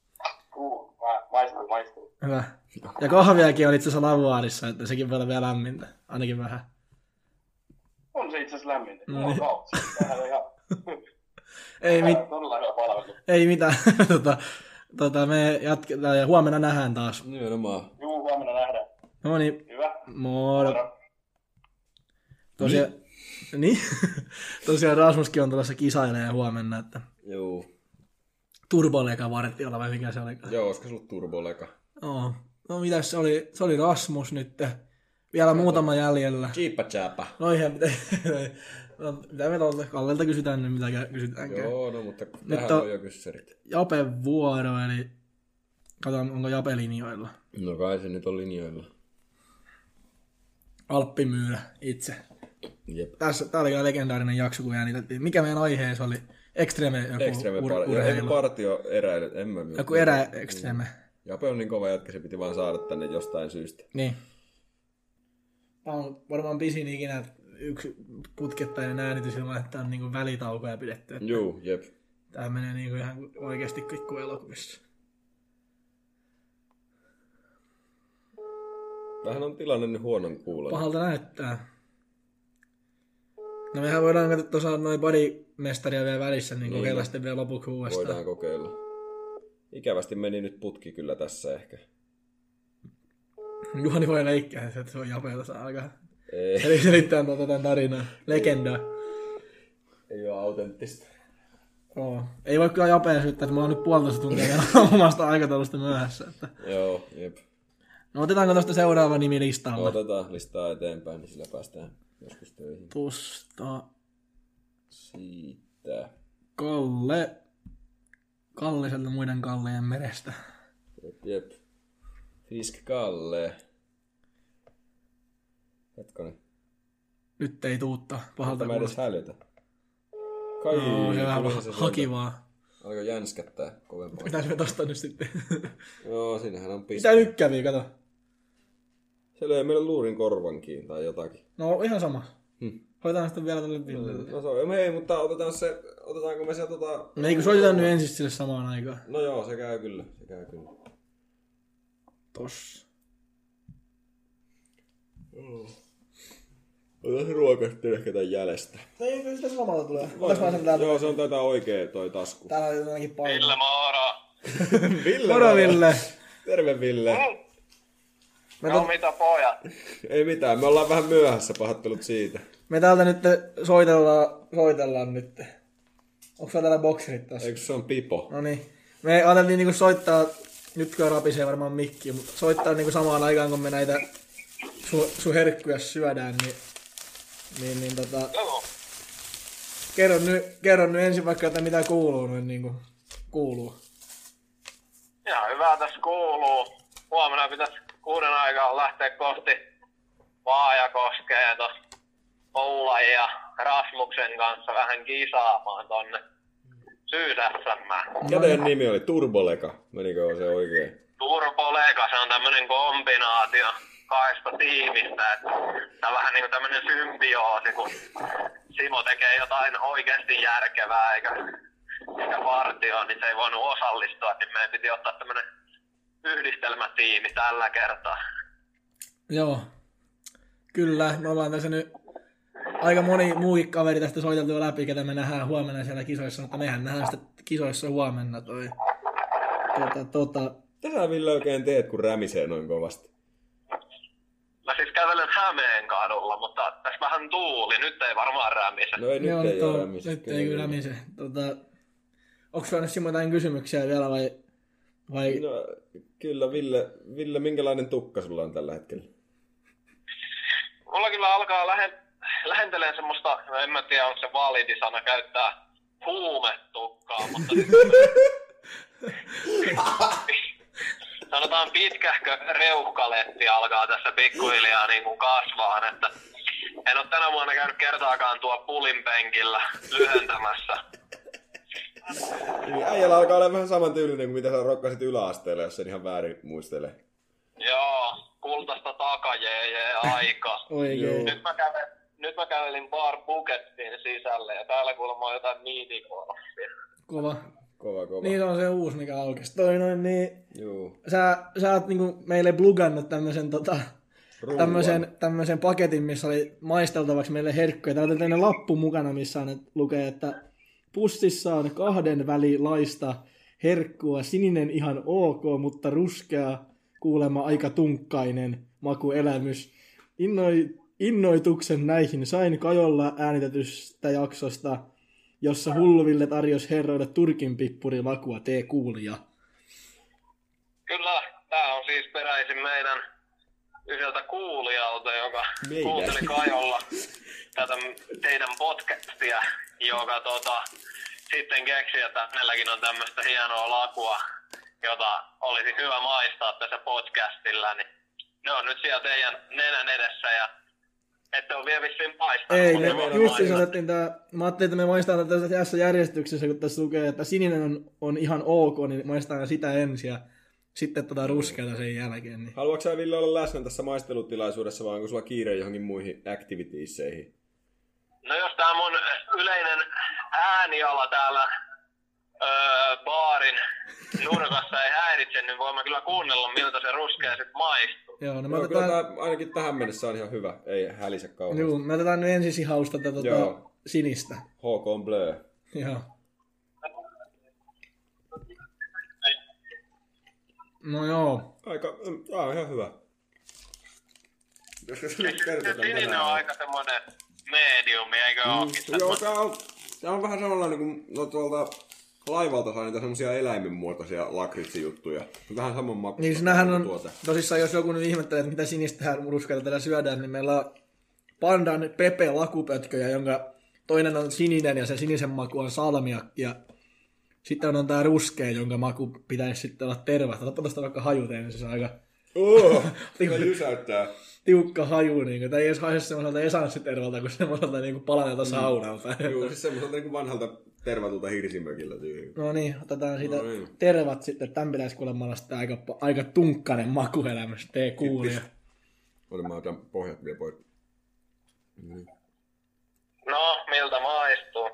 Maistuu. Hyvä. Ja kahviakin on itse asiassa lavuaarissa, että sekin voi olla vielä lämmintä. Ainakin vähän. On se itse asiassa lämmintä. No niin. Tämähän on ihan... Todella hyvä palvelu. Ei mitään. Me jatketaan ja huomenna nähdään taas. Nimenomaan. Juu, huomenna nähdään. No niin. Hyvä. Moro. Tosiaan, niin? Tosiaan Rasmuskin on tulossa kisailemaan huomenna, että Joo. Turboleka vartiolla vai mikä se oli? Joo, olisiko sulla turboleka? Oo. No mitäs se oli? Se oli Rasmus nyt. Vielä muutama jäljellä. Jeeppa chapa. No ihan mitä me tuolta Kallelta kysytään nyt, mitä kysytäänkään. Joo, no mutta Nyt tähän on jo kyssärit. Japen vuoro, eli katsotaan onko Jape linjoilla. No kai se nyt on linjoilla. Alppimyyrä itse. Jep. Tää oli kyllä legendaarinen jakso, kun äänitettiin. Mikä meidän aiheessa oli? Extreme Joku partio eräilyt, en mä myötä. Joku Extreme. Jape on niin kova jätkä, se piti vaan saada tänne jostain syystä. Niin. Tämä on varmaan pisin ikinä yksi putkettainen äänitys ilman, että on niinku välitaukoja pidetty. Juu, jep. Tää menee niinku ihan oikeesti kuin elokuvissa. Vähän on tilanne nyt huonon kuulla. Pahalta näyttää. No mehän voidaan katsoa tuossa noin bodymestaria vielä välissä, niin kokeilla sitten vielä lopuksi uudestaan. Voidaan kokeilla. Ikävästi meni nyt putki kyllä tässä ehkä. Juhani voi leikkiä, että se on Japelta saa alkaa. Ei. Selittää tämän tarinaa. Legendaa. Ei ole autenttista. Oo. Ei voi kyllä Japea syyttää, että mulla on nyt 1,5 tuntia vielä omasta aikataulusta myöhässä. Että... Joo, jep. No otetaanko tuosta seuraava nimi listalle? Otetaan listaa eteenpäin, niin sillä päästään joskus töihin. Tuosta Siitä. Kalle sieltä muiden Kallejen merestä. Jep. Fisk Kalle. Hetkonen. Nyt ei tuutta pahalta Mä edes hälytä. Kai. No, se vähän sieltä. haki vaan. Alkoi jänskättää kovempaa. Mitäs me tosta nyt sitten? Joo, siinähän on piste. Mitä nyt kävi, kato? Se löi meille luurin korvankiin tai jotakin. No ihan sama. Hoitetaan sitten vielä tälle Villelle. No se on, hei, mutta otetaanko me se No eikö soitetaan nyt ensin sille samaan aikaan? No joo, se käy kyllä. Tossa. Otas ruokaa sitten ehkä tän jäljestä. Ei, sitä samalla tulee. Otas vaan sen täältä. Joo, se on tätä oikee toi tasku. Täällä on jotenkin paljon. Ville Moora. Ville. Moro Ville. Terve Ville. No mitä pojat? Ei mitään, me ollaan vähän myöhässä, pahoittelut siitä. Me täältä nyt soitellaan nyt. Onko sulla täällä bokserit tässä? Eikö se on Pipo? No niin. Me ajateltiin niinku soittaa, nyt kyllä rapisee varmaan mikki, mutta soittaa niinku samaan aikaan, kun me näitä sun herkkuja syödään, niin Joo. kerro nyt ensin vaikka, että mitä kuuluu noin niinku kuuluu. Ihan hyvää tässä kuuluu. Huomenna pitäisi 6 aikaan lähteä kohti Vaajakoskea tuossa Oulan ja Rasmuksen kanssa vähän kisaamaan tonne Syys-SM:ään. Käden nimi oli Turboleka, menikö se oikein? Turboleka, se on tämmönen kombinaatio kahdesta tiimistä. Että tää on vähän niinku tämmönen symbioosi, kun Simo tekee jotain oikeesti järkevää eikä partio, niin se ei voinut osallistua, niin meidän piti ottaa tämmönen yhdistelmätiimi tällä kertaa. Joo. Kyllä, me ollaan tässä nyt aika moni muukin kaveri tästä soiteltu jo läpi, ketä me nähdään huomenna siellä kisoissa, mutta mehän nähdään sitä kisoissa huomenna toi. Mitä sä Ville oikein teet, kun rämisee noin kovasti? Mä siis kävelen Hämeen kadulla, mutta tässä vähän tuuli, nyt ei varmaan rämise. No ei, nyt Joo, ei ole rämise. nyt ei kyllä rämise. Onko sulla nyt Simo jotain kysymyksiä vielä vai? No, kyllä, Ville, minkälainen tukka sulla on tällä hetkellä? Mulla kyllä alkaa lähentelee semmoista, en mä tiedä onko se validi sana käyttää huumetukkaa, mutta sanotaan pitkähkö reuhkaletti alkaa tässä pikkuhiljaa niin kuin kasvaa, että en ole tänä vuonna käynyt kertaakaan tuo pulin penkillä lyhentämässä. Niin, äijällä alkaa olla vähän saman tyylinen kuin mitä sä rokkasit yläasteella, jos sen ihan väärin muistele. Joo, kultaista takajeejee aika. Oikein. Nyt mä kävelin Bar Buketin sisälle ja täällä kuulemma on jotain miitigolfia. Kova. Kova. Niin se on se uusi, mikä aukesi. Toi noin niin. Juu. Sä oot niinku meille blugannut tämmösen paketin, missä oli maisteltavaksi meille herkkuja. Täällä on tämmönen lappu mukana, missä on, lukee, että pussissa on 2 välilaista herkkua. Sininen ihan ok, mutta ruskea kuulemma aika tunkkainen makuelämys. innoituksen näihin sain Kajolla äänitetystä jaksosta, jossa Hulluville tarjosi herroille Turkin pippurilakua, tee kuulija. Kyllä, tää on siis peräisin meidän yhdeltä kuulijalta, joka kuunteli Kajolla tätä teidän podcastia, joka sitten keksi, että hänelläkin on tämmöistä hienoa lakua, jota olisi hyvä maistaa tässä podcastilla, niin ne on nyt siellä teidän nenän edessä ja ette ole vielä vissiin maistanut. Ei, just siis otettiin mä ajattelin, että me maistetaan tässä järjestyksessä, kun tässä lukee, että sininen on ihan ok, niin maistetaan sitä ensin ja sitten ruskeata sen jälkeen. Niin. Haluatko sä, Ville, olla läsnä tässä maistelutilaisuudessa, vai onko sulla kiire johonkin muihin activitieseihin? No jos tää mun yleinen ääniala täällä baarin nurkassa ei häiritse, niin voimme kyllä kuunnella, miltä se ruskea sitten maistuu. Joo, no Kyllä tää ainakin tähän mennessä on ihan hyvä, ei hälise kauheasti. Joo, me otetaan nyt ensin sihausta sinistä. HK Bleu. Joo. No joo. Tää on ihan hyvä. Sininen on aika semmonen mediumi, eikö ookin? Joo, tää on vähän samanlainen kuin tuolta laivalta saa niitä semmosia eläimenmuotoisia lakritsijuttuja. Vähän saman makuista. Niin sinähän on, tosissaan jos joku nyt ihmettelee, että mitä sinistä ruskeita täällä syödään, niin meillä on Pandan Pepe lakupötköjä, jonka toinen on sininen ja se sinisen maku on salmiakki. Ja sitten on tää ruskea, jonka maku pitäisi sitten olla tervasta. Otapa tosta vaikka hajuteen, niin se on aika tiukka haju. Niin, tai ei edes haise semmoiselta esanssitervalta kuin semmoiselta niin palaneelta saunalta. Joo, siis semmoiselta niin vanhalta tervatulta hirsimökillä tyyliin. No niin, otetaan siitä tervat sitten. Tän pitäisi kuulemma olla sitten aika tunkkainen makuelämys. Tee kuulia. Mä otan pohjat vielä pois. No, miltä maistuu?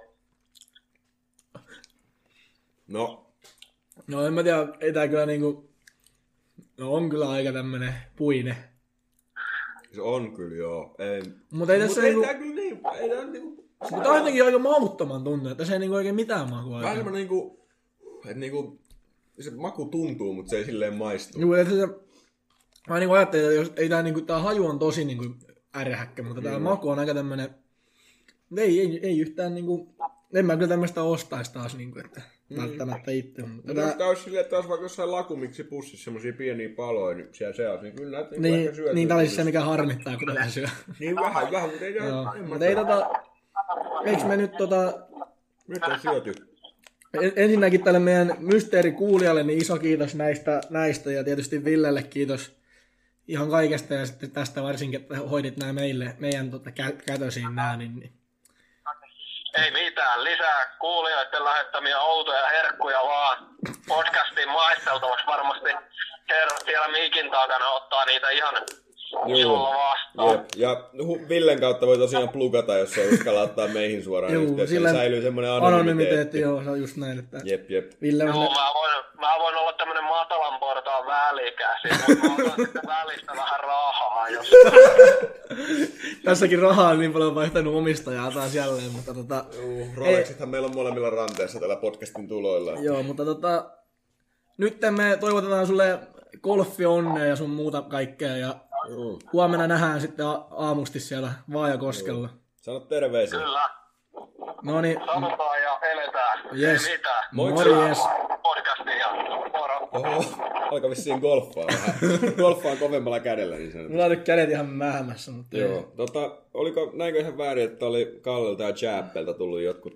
No en mä tiedä, ei tää kyllä niinku... No on kyllä aika tämmönen puine. Se on kyllä joo. Mutta ei tässä niinku... Tää kyllä niin... Ei tää niinku... Mutta on jotenkin aika mauttoman tunne, että se ei niinku oikein mitään makua. Vähän semmonen niinku... Että niinku... Se maku tuntuu, mutta se ei silleen maistu. Joo, että se... Mä niinku ajattelin, että jos ei tää niinku... Tää haju on tosi niinku ärhäkkä, mutta tää maku on aika tämmönen... Ei yhtään niinku... En mä kyllä tämmöstä ostais taas niinku, että... Välttämättä itse. Mutta jos tää olisi silleen, että olisi vaikka jossain lakumiksi pussissa semmosia pieniä paloja, niin siellä seas, niin kyllä näet niin ehkä syötyä. Niin tää olisi se, mikä harmittaa, kun tätä syö. Niin vähän, mutta ei joo, mutta ei eiks me nyt Nyt on syöty. Ensinnäkin tälle meidän mysteerikuulijalle niin iso kiitos näistä ja tietysti Villelle kiitos ihan kaikesta ja sitten tästä varsinkin, että hoidit nää meidän kätösiin nää, niin... Ei mitään, lisää kuulijoiden lähettämiä outoja herkkuja vaan podcastiin maisteltavaksi. Varmasti herrat siellä mikin takana ottaa niitä ihan ilolla vastaan. Jep. Ja Villen kautta voi tosiaan plugata, jos se uskalla ottaa meihin suoraan yhteyttä. Sillä säilyy semmoinen anonymiteetti. Joo, se on just näin. Että jep. Ville on joo, mä voin olla tämmönen matalan portaan välikäsi, mutta mä otan sitten välistä vähän rahaa, jos... Tässäkin rahaa on niin paljon vaihtanut omistajaa taas jälleen, mutta Rolexithan meillä on molemmilla ranteessa tällä podcastin tuloilla. Joo, mutta nyt me toivotetaan sulle golfi-onnea ja sun muuta kaikkea ja huomenna nähdään sitten aamusti siellä Vaajakoskella. Sano terveisiä. Kyllä. Noniin. Sanotaan ja eletään. Yes. Ei mitään. Morjes. Podcastiin ja moro. Oho, alkaa vissiin golfaa vähän. Golfaa kovemmalla kädellä niin sanotaan. Mulla on nyt kädet ihan mähämässä, mutta joo. Näinkö ihan väärin, että oli Kallelta ja Chappelta tullut jotkut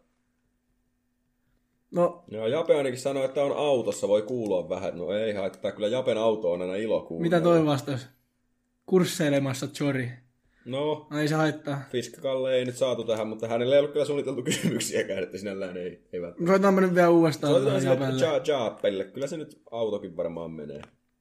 No. Joo, Jape ainakin sanoi, että on autossa, voi kuulua vähän. No ei haittaa, kyllä Japen auto on aina ilo kuulla. Mitä toi vastas? Kursseilemassa Chori. No. Ei se haittaa. Fiskakalle ei nyt saatu tähän, mutta hänelle ei ollut kyllä suunniteltu kysymyksiäkään, että sinällään ei välttämättä. Soitetaanpa nyt vielä uudestaan. Soitetaan sille Japelle. Kyllä se nyt autokin varmaan menee.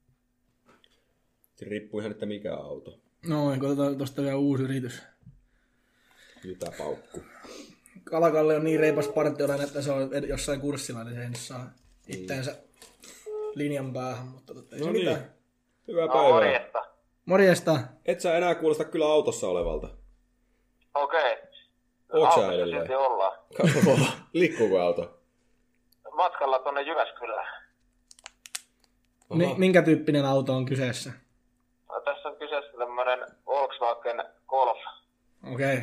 Se riippuu ihan, että mikä auto. No, otetaan tosta vielä uusi yritys. Mitä paukku. Kalakalle on niin reipas partiollainen, että se on jossain kurssilla, niin se ei nyt saa itteensä linjan päähän, mutta ei se mitään. Niin. Hyvää päivää. Morjesta. Et sä enää kuulosta kyllä autossa olevalta. Okei. Oot sä edelleen? Silti ollaan. Katso liikkuuko auto? Matkalla tonne Jyväskylään. Minkä tyyppinen auto on kyseessä? No, tässä on kyseessä tämmönen Volkswagen Golf. Okei.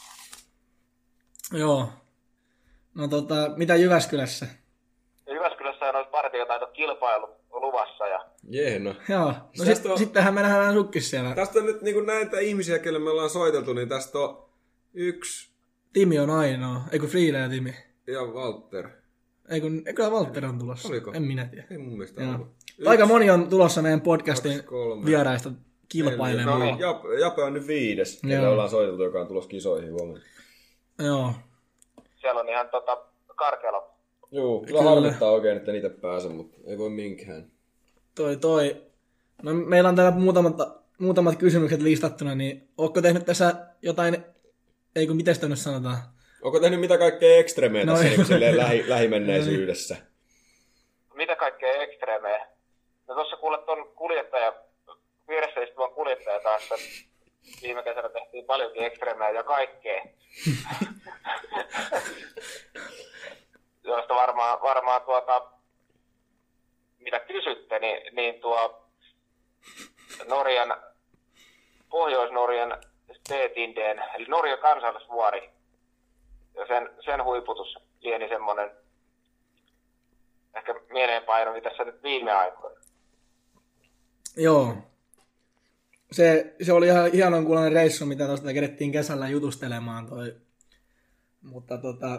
Joo. No mitä Jyväskylässä? Jyväskylässä on noissa partiotaitokilpailut luvassa. Ja... no. Joo. No sittenhän me nähdään sukkis siellä. Tästä on nyt niin näitä ihmisiä, kelle me ollaan soiteltu, niin tästä on yksi... Timi on ainoa. Eikö Friile ja Timi? Ja Walter. Eikö Walter on tulossa? Oliko? En minä tiedä. Ei mun mielestä ollut. Aika moni on tulossa meidän podcastin vieraista kilpailemaan. Jape on nyt 5, kelle ollaan soiteltu, joka on tulossa kisoihin huomenna. Joo. Siellä on ihan karkealla. Joo, kyllä harmittaa oikein, että niitä pääse, mutta ei voi minkään. No, meillä on täällä muutamat kysymykset listattuna, niin ootko tehnyt tässä jotain, eikö miten sitä nyt sanotaan? Onko tehnyt mitä kaikkea ekstremeä tässä niin lähimenneisyydessä? Mitä kaikkea ekstremeä? No tuossa kuulet ton vieressä istuvan kuljettaja taas, viime kesänä tehtiin paljonkin ekstremeä ja kaikkea. Josta varmaan mitä kysytte, niin Pohjois-Norjan Stetindeen, eli Norjan kansallisvuori, ja sen huiputus lieni semmoinen ehkä mieleenpaino tässä nyt viime aikoina. Joo. Se oli ihan hienon kuuloinen reissu, mitä tuosta kerettiin kesällä jutustelemaan Mutta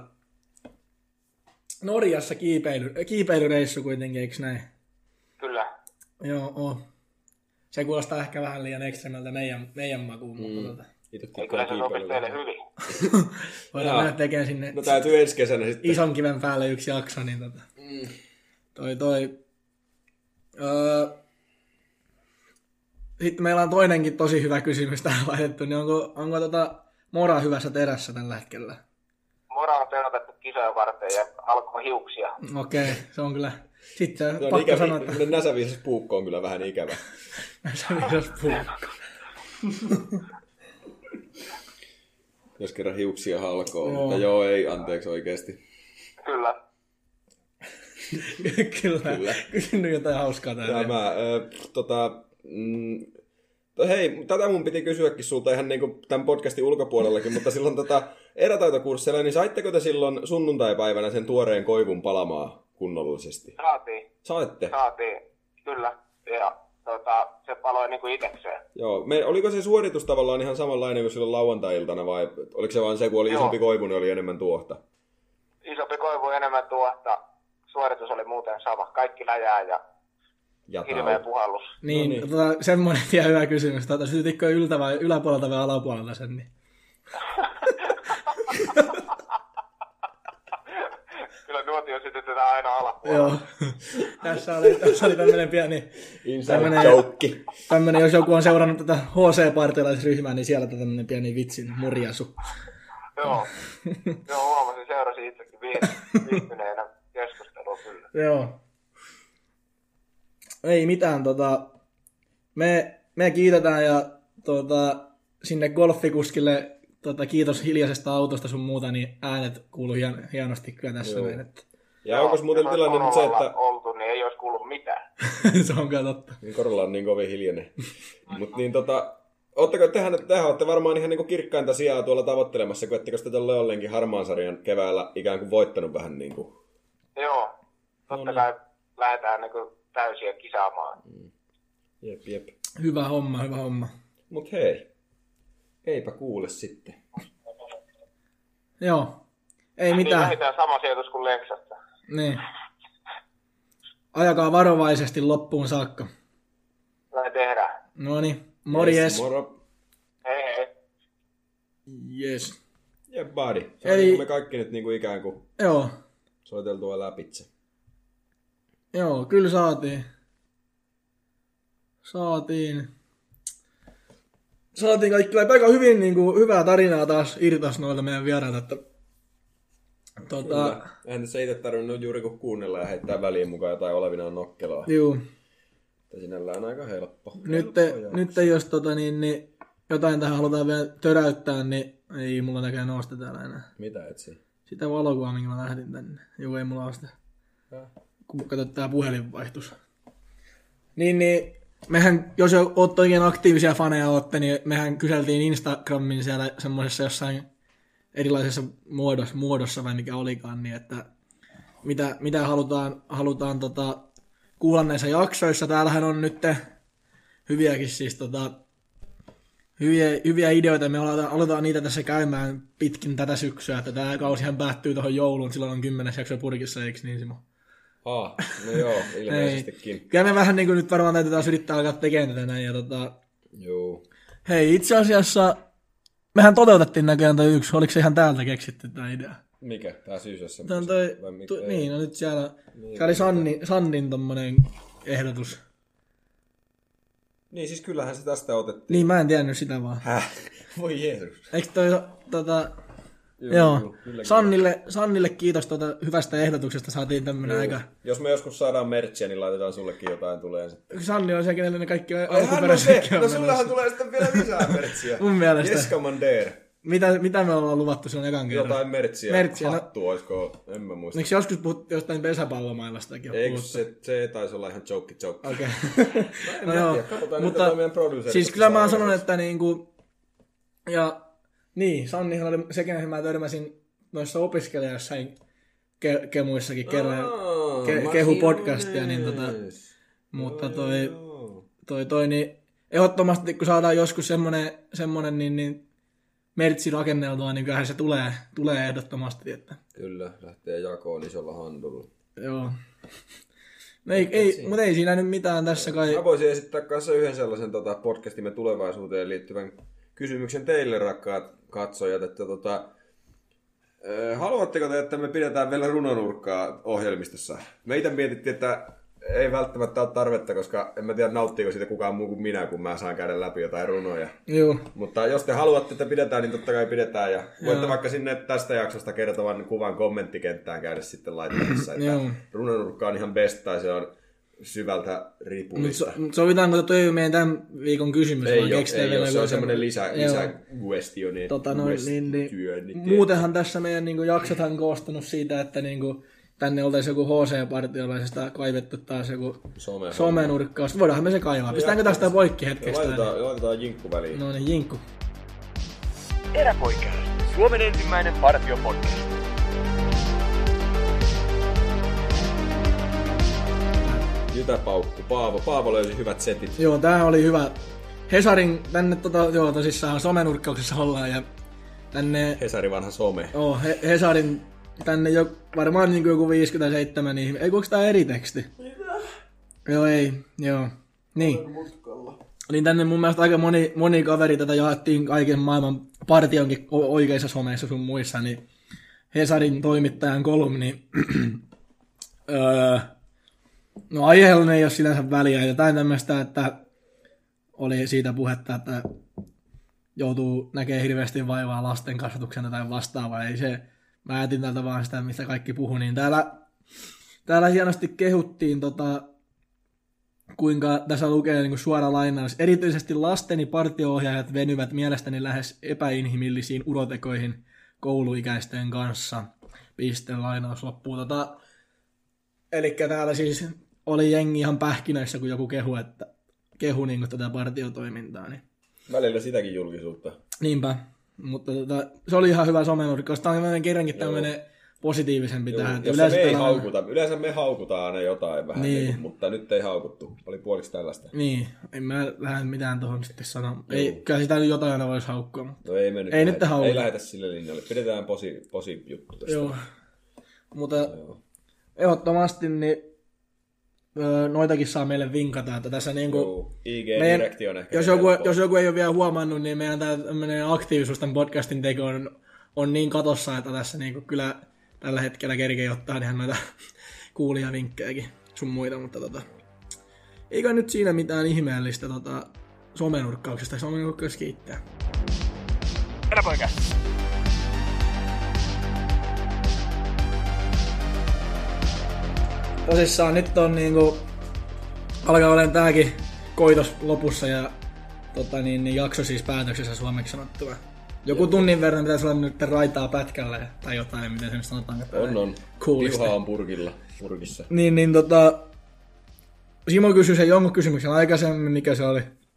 Norjassa kiipeilyreissu kuitenkin, eikö näin? Kyllä. Joo. Se kuulostaa ehkä vähän liian ekstremältä meidän makuun, mutta kyllä se sopisi teille hyvin. Voidaan mennä tekemään sinne no täytyy ensi kesänä sitten. Ison kiven päälle yksi jakso, niin Sitten meillä on toinenkin tosi hyvä kysymys tähän laitettu, niin onko Mora hyvässä terässä tällä hetkellä? Mora on terotettu kisoja varten ja alkoi hiuksia. Okei, se on kyllä. Sitten se pakko sanoa, että... Näsäviisas puukko on kyllä vähän ikävä. Näsäviisas puukko. Jos kerran hiuksia halkoo, mutta joo, ei, anteeksi oikeesti. Kyllä. Kyllä. Kysynyt jotain hauskaa täällä. Hei, tätä mun piti kysyäkin sulta ihan niinku tämän podcastin ulkopuolellakin, mutta silloin erätaitokursseilla, niin saitteko te silloin sunnuntaipäivänä sen tuoreen koivun palamaan kunnollisesti? Saatiin. Saitte? Saatiin, kyllä. Ja se paloi niinku itekseen. Joo, oliko se suoritus tavallaan ihan samanlainen kuin silloin lauantai-iltana vai oliko se vaan se, kun oli isompi koivu, niin oli enemmän tuohta? Isompi koivu, enemmän tuohta. Suoritus oli muuten sama. Kaikki läjää ja hirveä puhallus. Niin, semmoinen ihan hyvä kysymys. Sytytitkö yläpuolelta vai alapuolelta sen? Niin? Kyllä nuotio sytytetään aina alapuolella. Joo. Tässä oli tämmöinen pieni... Inside joke. Tämmöinen, jos joku on seurannut tätä HC-partiolaisryhmää, niin siellä tämmöinen pieni vitsin murjasu. Joo, huomasin, seurasin itsekin viihtyneenä keskustelua kyllä. Joo. Ei mitään, me kiitetään ja sinne golfikuskille kiitos hiljaisesta autosta sun muuta, niin äänet kuuluu hienosti kyllä tässä näin. Että... Ja onko muuten tilanne nyt se, että... oltu, niin ei olisi kuullut mitään. Se on kyllä totta. Niin Korolla on niin kovin hiljainen. Mutta niin tehän olette varmaan ihan niin kirkkainta sijaa tuolla tavoittelemassa, kun ettekö te tälle ollenkin harmaan sarjan keväällä ikään kuin voittanut vähän niin kuin... Joo, totta kai lähdetään niin kuin täysiä kisaamaan. Jep. Hyvä homma. Mut hei, eipä kuule sitten. Joo, ei mitään. Niin lähdetään sama sijoitus kuin Leksasta. Niin. Ajakaa varovaisesti loppuun saakka. Näin tehdään. Noniin, morjes. Moro. Hei. Yes. Ja buddy. Saadaan me kaikki nyt niin kuin ikään kuin joo. Soiteltua läpitse. Joo, kyllä saatiin. Saatiin kaikki aika hyvin hyvää tarinaa taas irtos noilta meidän vierailta, että eihän tässä itse tarvinnut juuri kun kuunnella ja heittää väliin mukaan jotain olevinaan nokkelaa. Juu. Sinällään on aika helppo. Nyt jos niin jotain tähän halutaan vielä töräyttää, niin ei mulla näkään noosta täällä enää. Mitä etsii? Sitä valokuvaa, minkä mä lähdin tänne. Joo, ei mulla ole sitä. Kun katsot tää puhelinvaihtus. Niin, mehän, jos oot oikein aktiivisia faneja ootte, niin mehän kyseltiin Instagramin siellä semmoisessa jossain erilaisessa muodossa vai mikä olikaan, niin että mitä halutaan kuulla näissä jaksoissa. Täällähän on nyt hyviäkin siis hyviä ideoita. Me aletaan niitä tässä käymään pitkin tätä syksyä, että tämä kausihan päättyy tuohon jouluun, silloin on 10 jakso purkissa, eikö niin Simo? No joo, ilmeisestikin. Kyllä me vähän niin kuin nyt varmaan täytyy taas yrittää alkaa tekemään tätä näin. Joo. Hei, itse asiassa mehän toteutettiin näköjään toi yksi. Oliko se ihan täältä keksitty tämä idea? Mikä? Tää Syysessä? Tämä on niin, no nyt siellä oli Sannin tommonen ehdotus. Niin, siis kyllähän se tästä otettiin. Niin, mä en tiennyt sitä vaan. Voi Jeesus. Eikö toi Joo. Sannille kiitos hyvästä ehdotuksesta, saatiin tämmönen aika... Jos me joskus saadaan merchia, niin laitetaan sullekin jotain tulee sitten. Sanni on se, kenelle ne kaikki alkuperäisetkin on. No sullehan tulee sitten vielä lisää merchia. Mun mielestä. Yes, commander. Mitä me ollaan luvattu silloin ekan kerran? Jotain merchia. Hattu olisiko, en mä muista. Eikö joskus puhuttu jostain pesäpallomailastakin? Eikö se taisi olla ihan joke. Okei. No joo, katsotaan mutta, nyt meidän producerit. Siis kyllä mä sanon, että niinku... Ja niin, Sannihan oli se, kenen mä törmäsin noissa opiskelijassain kemuissakin kerran. Kehu podcastia, niin mutta toi niin ehdottomasti kun saadaan joskus semmonen niin mertsi rakenneltua, niin kyllähän se tulee ehdottomasti. Että. Kyllä, lähtee jakoon isolla handulla. Joo. Mutta ei siinä nyt mitään tässä kai. Mä voisin esittää kanssa yhden sellaisen podcastimme tulevaisuuteen liittyvän kysymyksen teille, rakkaat katsojat, että haluatteko te, että me pidetään vielä runonurkkaa ohjelmistossa? Meitä mietittiin, että ei välttämättä ole tarvetta, koska en mä tiedä nauttiiko siitä kukaan muu kuin minä, kun mä saan käydä läpi jotain runoja. Joo. Mutta jos te haluatte, että pidetään, niin totta kai pidetään. Ja voitte vaikka sinne tästä jaksosta kertovan kuvan kommenttikenttään käydä sitten laittamassa, että runonurkka on ihan best tai se on syvältä ripulista. Sovitaanko toi meidän tämän viikon kysymys? Ei ole, se on semmoinen lisäquestioni. Muutenhan tässä meidän niin jaksothan koostunut siitä, että niin kuin, tänne oltaisiin joku HC-partiolaisesta kaivettu taas joku somenurkkaus. Voidaanhan me se kaivaa. Pistetäänkö tästä poikki hetkeksi? Laitetaan jinkku väliin. No niin, jinkku. Eräpoikää, Suomen ensimmäinen partiopodcast. Jytäpaukku, Paavo löysi hyvät setit. Joo, tää oli hyvä. Hesarin, tänne tosissaan somenurkkauksessa ollaan ja tänne... Hesari vanha some. Joo, Hesarin tänne jo varmaan niin joku 57 niin... Ei, onko tää eri teksti? Mitä? Joo, ei, joo. Niin. Niin tänne mun mielestä aika moni kaveri tätä jaettiin kaiken maailman partionkin oikeissa someissa sun muissa, niin Hesarin toimittajan kolumni... No aiheella ei ole sinänsä väliä. Jotain tämmöistä, että oli siitä puhetta, että joutuu näkemään hirveästi vaivaa lasten kasvatuksen tai vastaavaa. Ei se, mä jätin täältä vaan sitä, mistä kaikki puhui. Niin täällä hienosti kehuttiin, kuinka tässä lukee niin suora lainaus. Erityisesti lasteni partio-ohjaajat venyvät mielestäni lähes epäinhimillisiin urotekoihin kouluikäisten kanssa. Piste, lainaus loppuu. Elikkä täällä siis oli jengi ihan pähkinöissä, kun joku kehu niin tätä partiotoimintaa. Niin. Välillä sitäkin julkisuutta. Niinpä, mutta se oli ihan hyvä somenurkkaus. Tämä on kerrankin tämmöinen positiivisempi tähän. Yleensä me haukutaan aina jotain vähän, niin, mutta nyt ei haukuttu. Oli puoliksi tällaista. Niin, en mä lähde mitään tuohon sitten sanoa. Ei, kyllä sitä jotain aina voisi haukkua. Mutta... No ei me nyt ei lähetä sille linjalle. Pidetään posi juttu tästä. Joo, mutta... Ehdottomasti niin noitakin saa meille vinkata, että tässä niinku IG-direkti on ehkä jos joku ei ole vielä huomannut, niin meidän tämmöinen aktiivisuus tämän podcastin teko on niin katossa, että tässä niinku kyllä tällä hetkellä kerkee ottaa ihan noita kuulijavinkkejäkin sun muita, mutta eikö nyt siinä mitään ihmeellistä somenurkkauksesta, somenurkkaus kiittää. Eräpoika. Tosissaan nyt on niinku, alkaa olemaan tääkin koitos lopussa ja jakso siis päätöksessä suomeksi sanottuna. Joku tunnin verran pitäisi olla nyt raitaa pätkällä tai jotain, miten se nyt sanotaan. On. Piuha on purkissa. Niin Simo kysyi sen jonkun kysymyksen aikaisemmin, mikä se oli.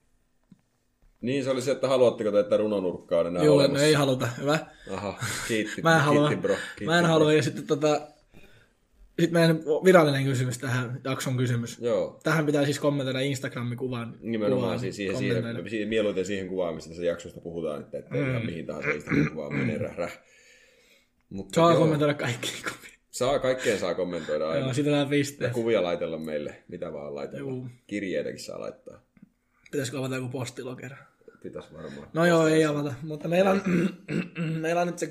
Niin se oli se, että haluatteko te, että runonurkkaa on enää Joo, olemassa? no ei haluta. Hyvä. Aha, kiitti. Mä en halua. Kiitti, bro. Kiitti, Mä en halua. Ja sitten sitten meidän virallinen kysymys tähän, jakson kysymys. Joo. Tähän pitää siis kommentoida Instagramin kuvan. Nimenomaan siihen mieluiten siihen kuvaan, mistä se jaksosta puhutaan, että ihan mihin tahansa Instagramin kuvaan menee räh. Mutta saa kommentoida kaikkiin kuvia. Kaikkeen saa kommentoida aina. Joo, sitä nämä pisteet. Ja kuvia laitella meille, mitä vaan laitella. Joo. Kirjeitäkin saa laittaa. Pitäisikö avata joku postilokero? Pitäis varmaan. No joo, ei avata. Mutta meillä on nyt se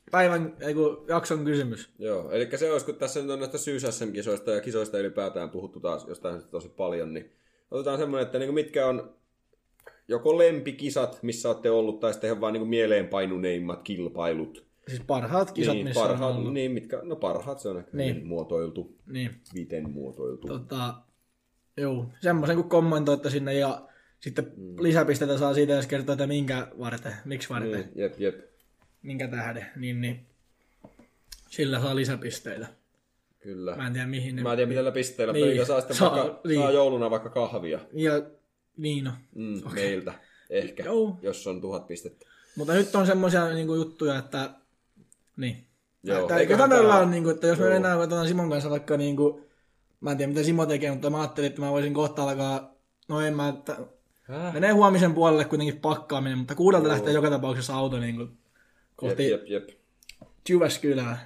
jakson kysymys. Joo, eli se olisi, kun tässä nyt on näistä syys-SM-kisoista ja kisoista ylipäätään puhuttu taas jostain tosi paljon, niin otetaan semmoinen, että niin mitkä on joko lempikisat, missä olette ollut, tai sitten ihan vaan niin mieleenpainuneimmat kilpailut. Siis parhaat kisat, niin, missä on ollut. Niin, parhaat se on ehkä niin muotoiltu. Niin. Miten muotoiltu. Joo, semmoisen kun kommentoitte sinne ja sitten lisäpisteitä saa siitä, jos kertoo, että minkä varten, miksi varten. Niin, jep. Minkä tähden, niin sillä saa lisäpisteitä. Kyllä. Mä en tiedä mihin ne... Mä en tiedä millä pisteillä, niin, mutta saa sitten saa jouluna vaikka kahvia. Ja niin okay. Meiltä ehkä, jos on 1000 pistettä. Mutta nyt on semmoisia niinku juttuja, että... Niin. Joo, on niinku, että jos me mennään katsotaan Simon kanssa vaikka niinku... Mä en tiedä mitä Simo tekee, mutta mä ajattelin, että mä voisin kohta alkaa... No en mä... Menee huomisen puolelle kuitenkin pakkaaminen, mutta 6 lähtee joka tapauksessa auto niinku... Kohti Jep. Jyväskylää.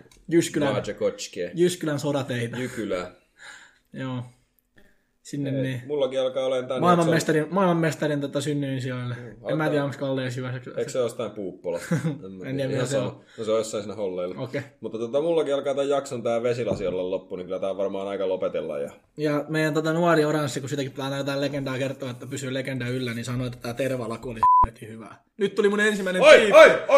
Jyskylän sodateitä. Jykylää. Joo. Sinne niin. Mullakin alkaa olemaan tänne. Maailmanmestarin synnyinsijoille. En mä tiedä, onko Kalle edes Jyväskylässä. Eikö se ole jostain Puuppolasta? En tiedä, mitä se on. No se on jossain siinä holleilla. Okay. Mutta mullakin alkaa tämän jakson tää vesilasi olla loppu, niin kyllä tää on varmaan aika lopetella. Ja meidän nuori oranssi, kun sitäkin pitää jotain legendaa kertoa, että pysyy legenda yllä, niin sanoi, että tää tervalaku oli hyvää. Nyt tuli mun ensimmäinen Oi!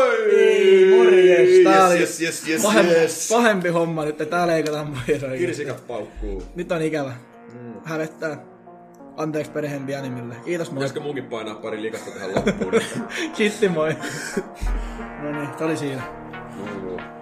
Morjes! Tää oli yes. pahempi homma nyt, tää leikataan pois. Kirsikat paukkuu. Nyt on ikävä. Hävettää. Anteeksi perheen pienimmille. Kiitos moi. Pitäisikö munkin painaa pari likasta tähän loppuun? Kiitti moi. No niin, tää oli siinä.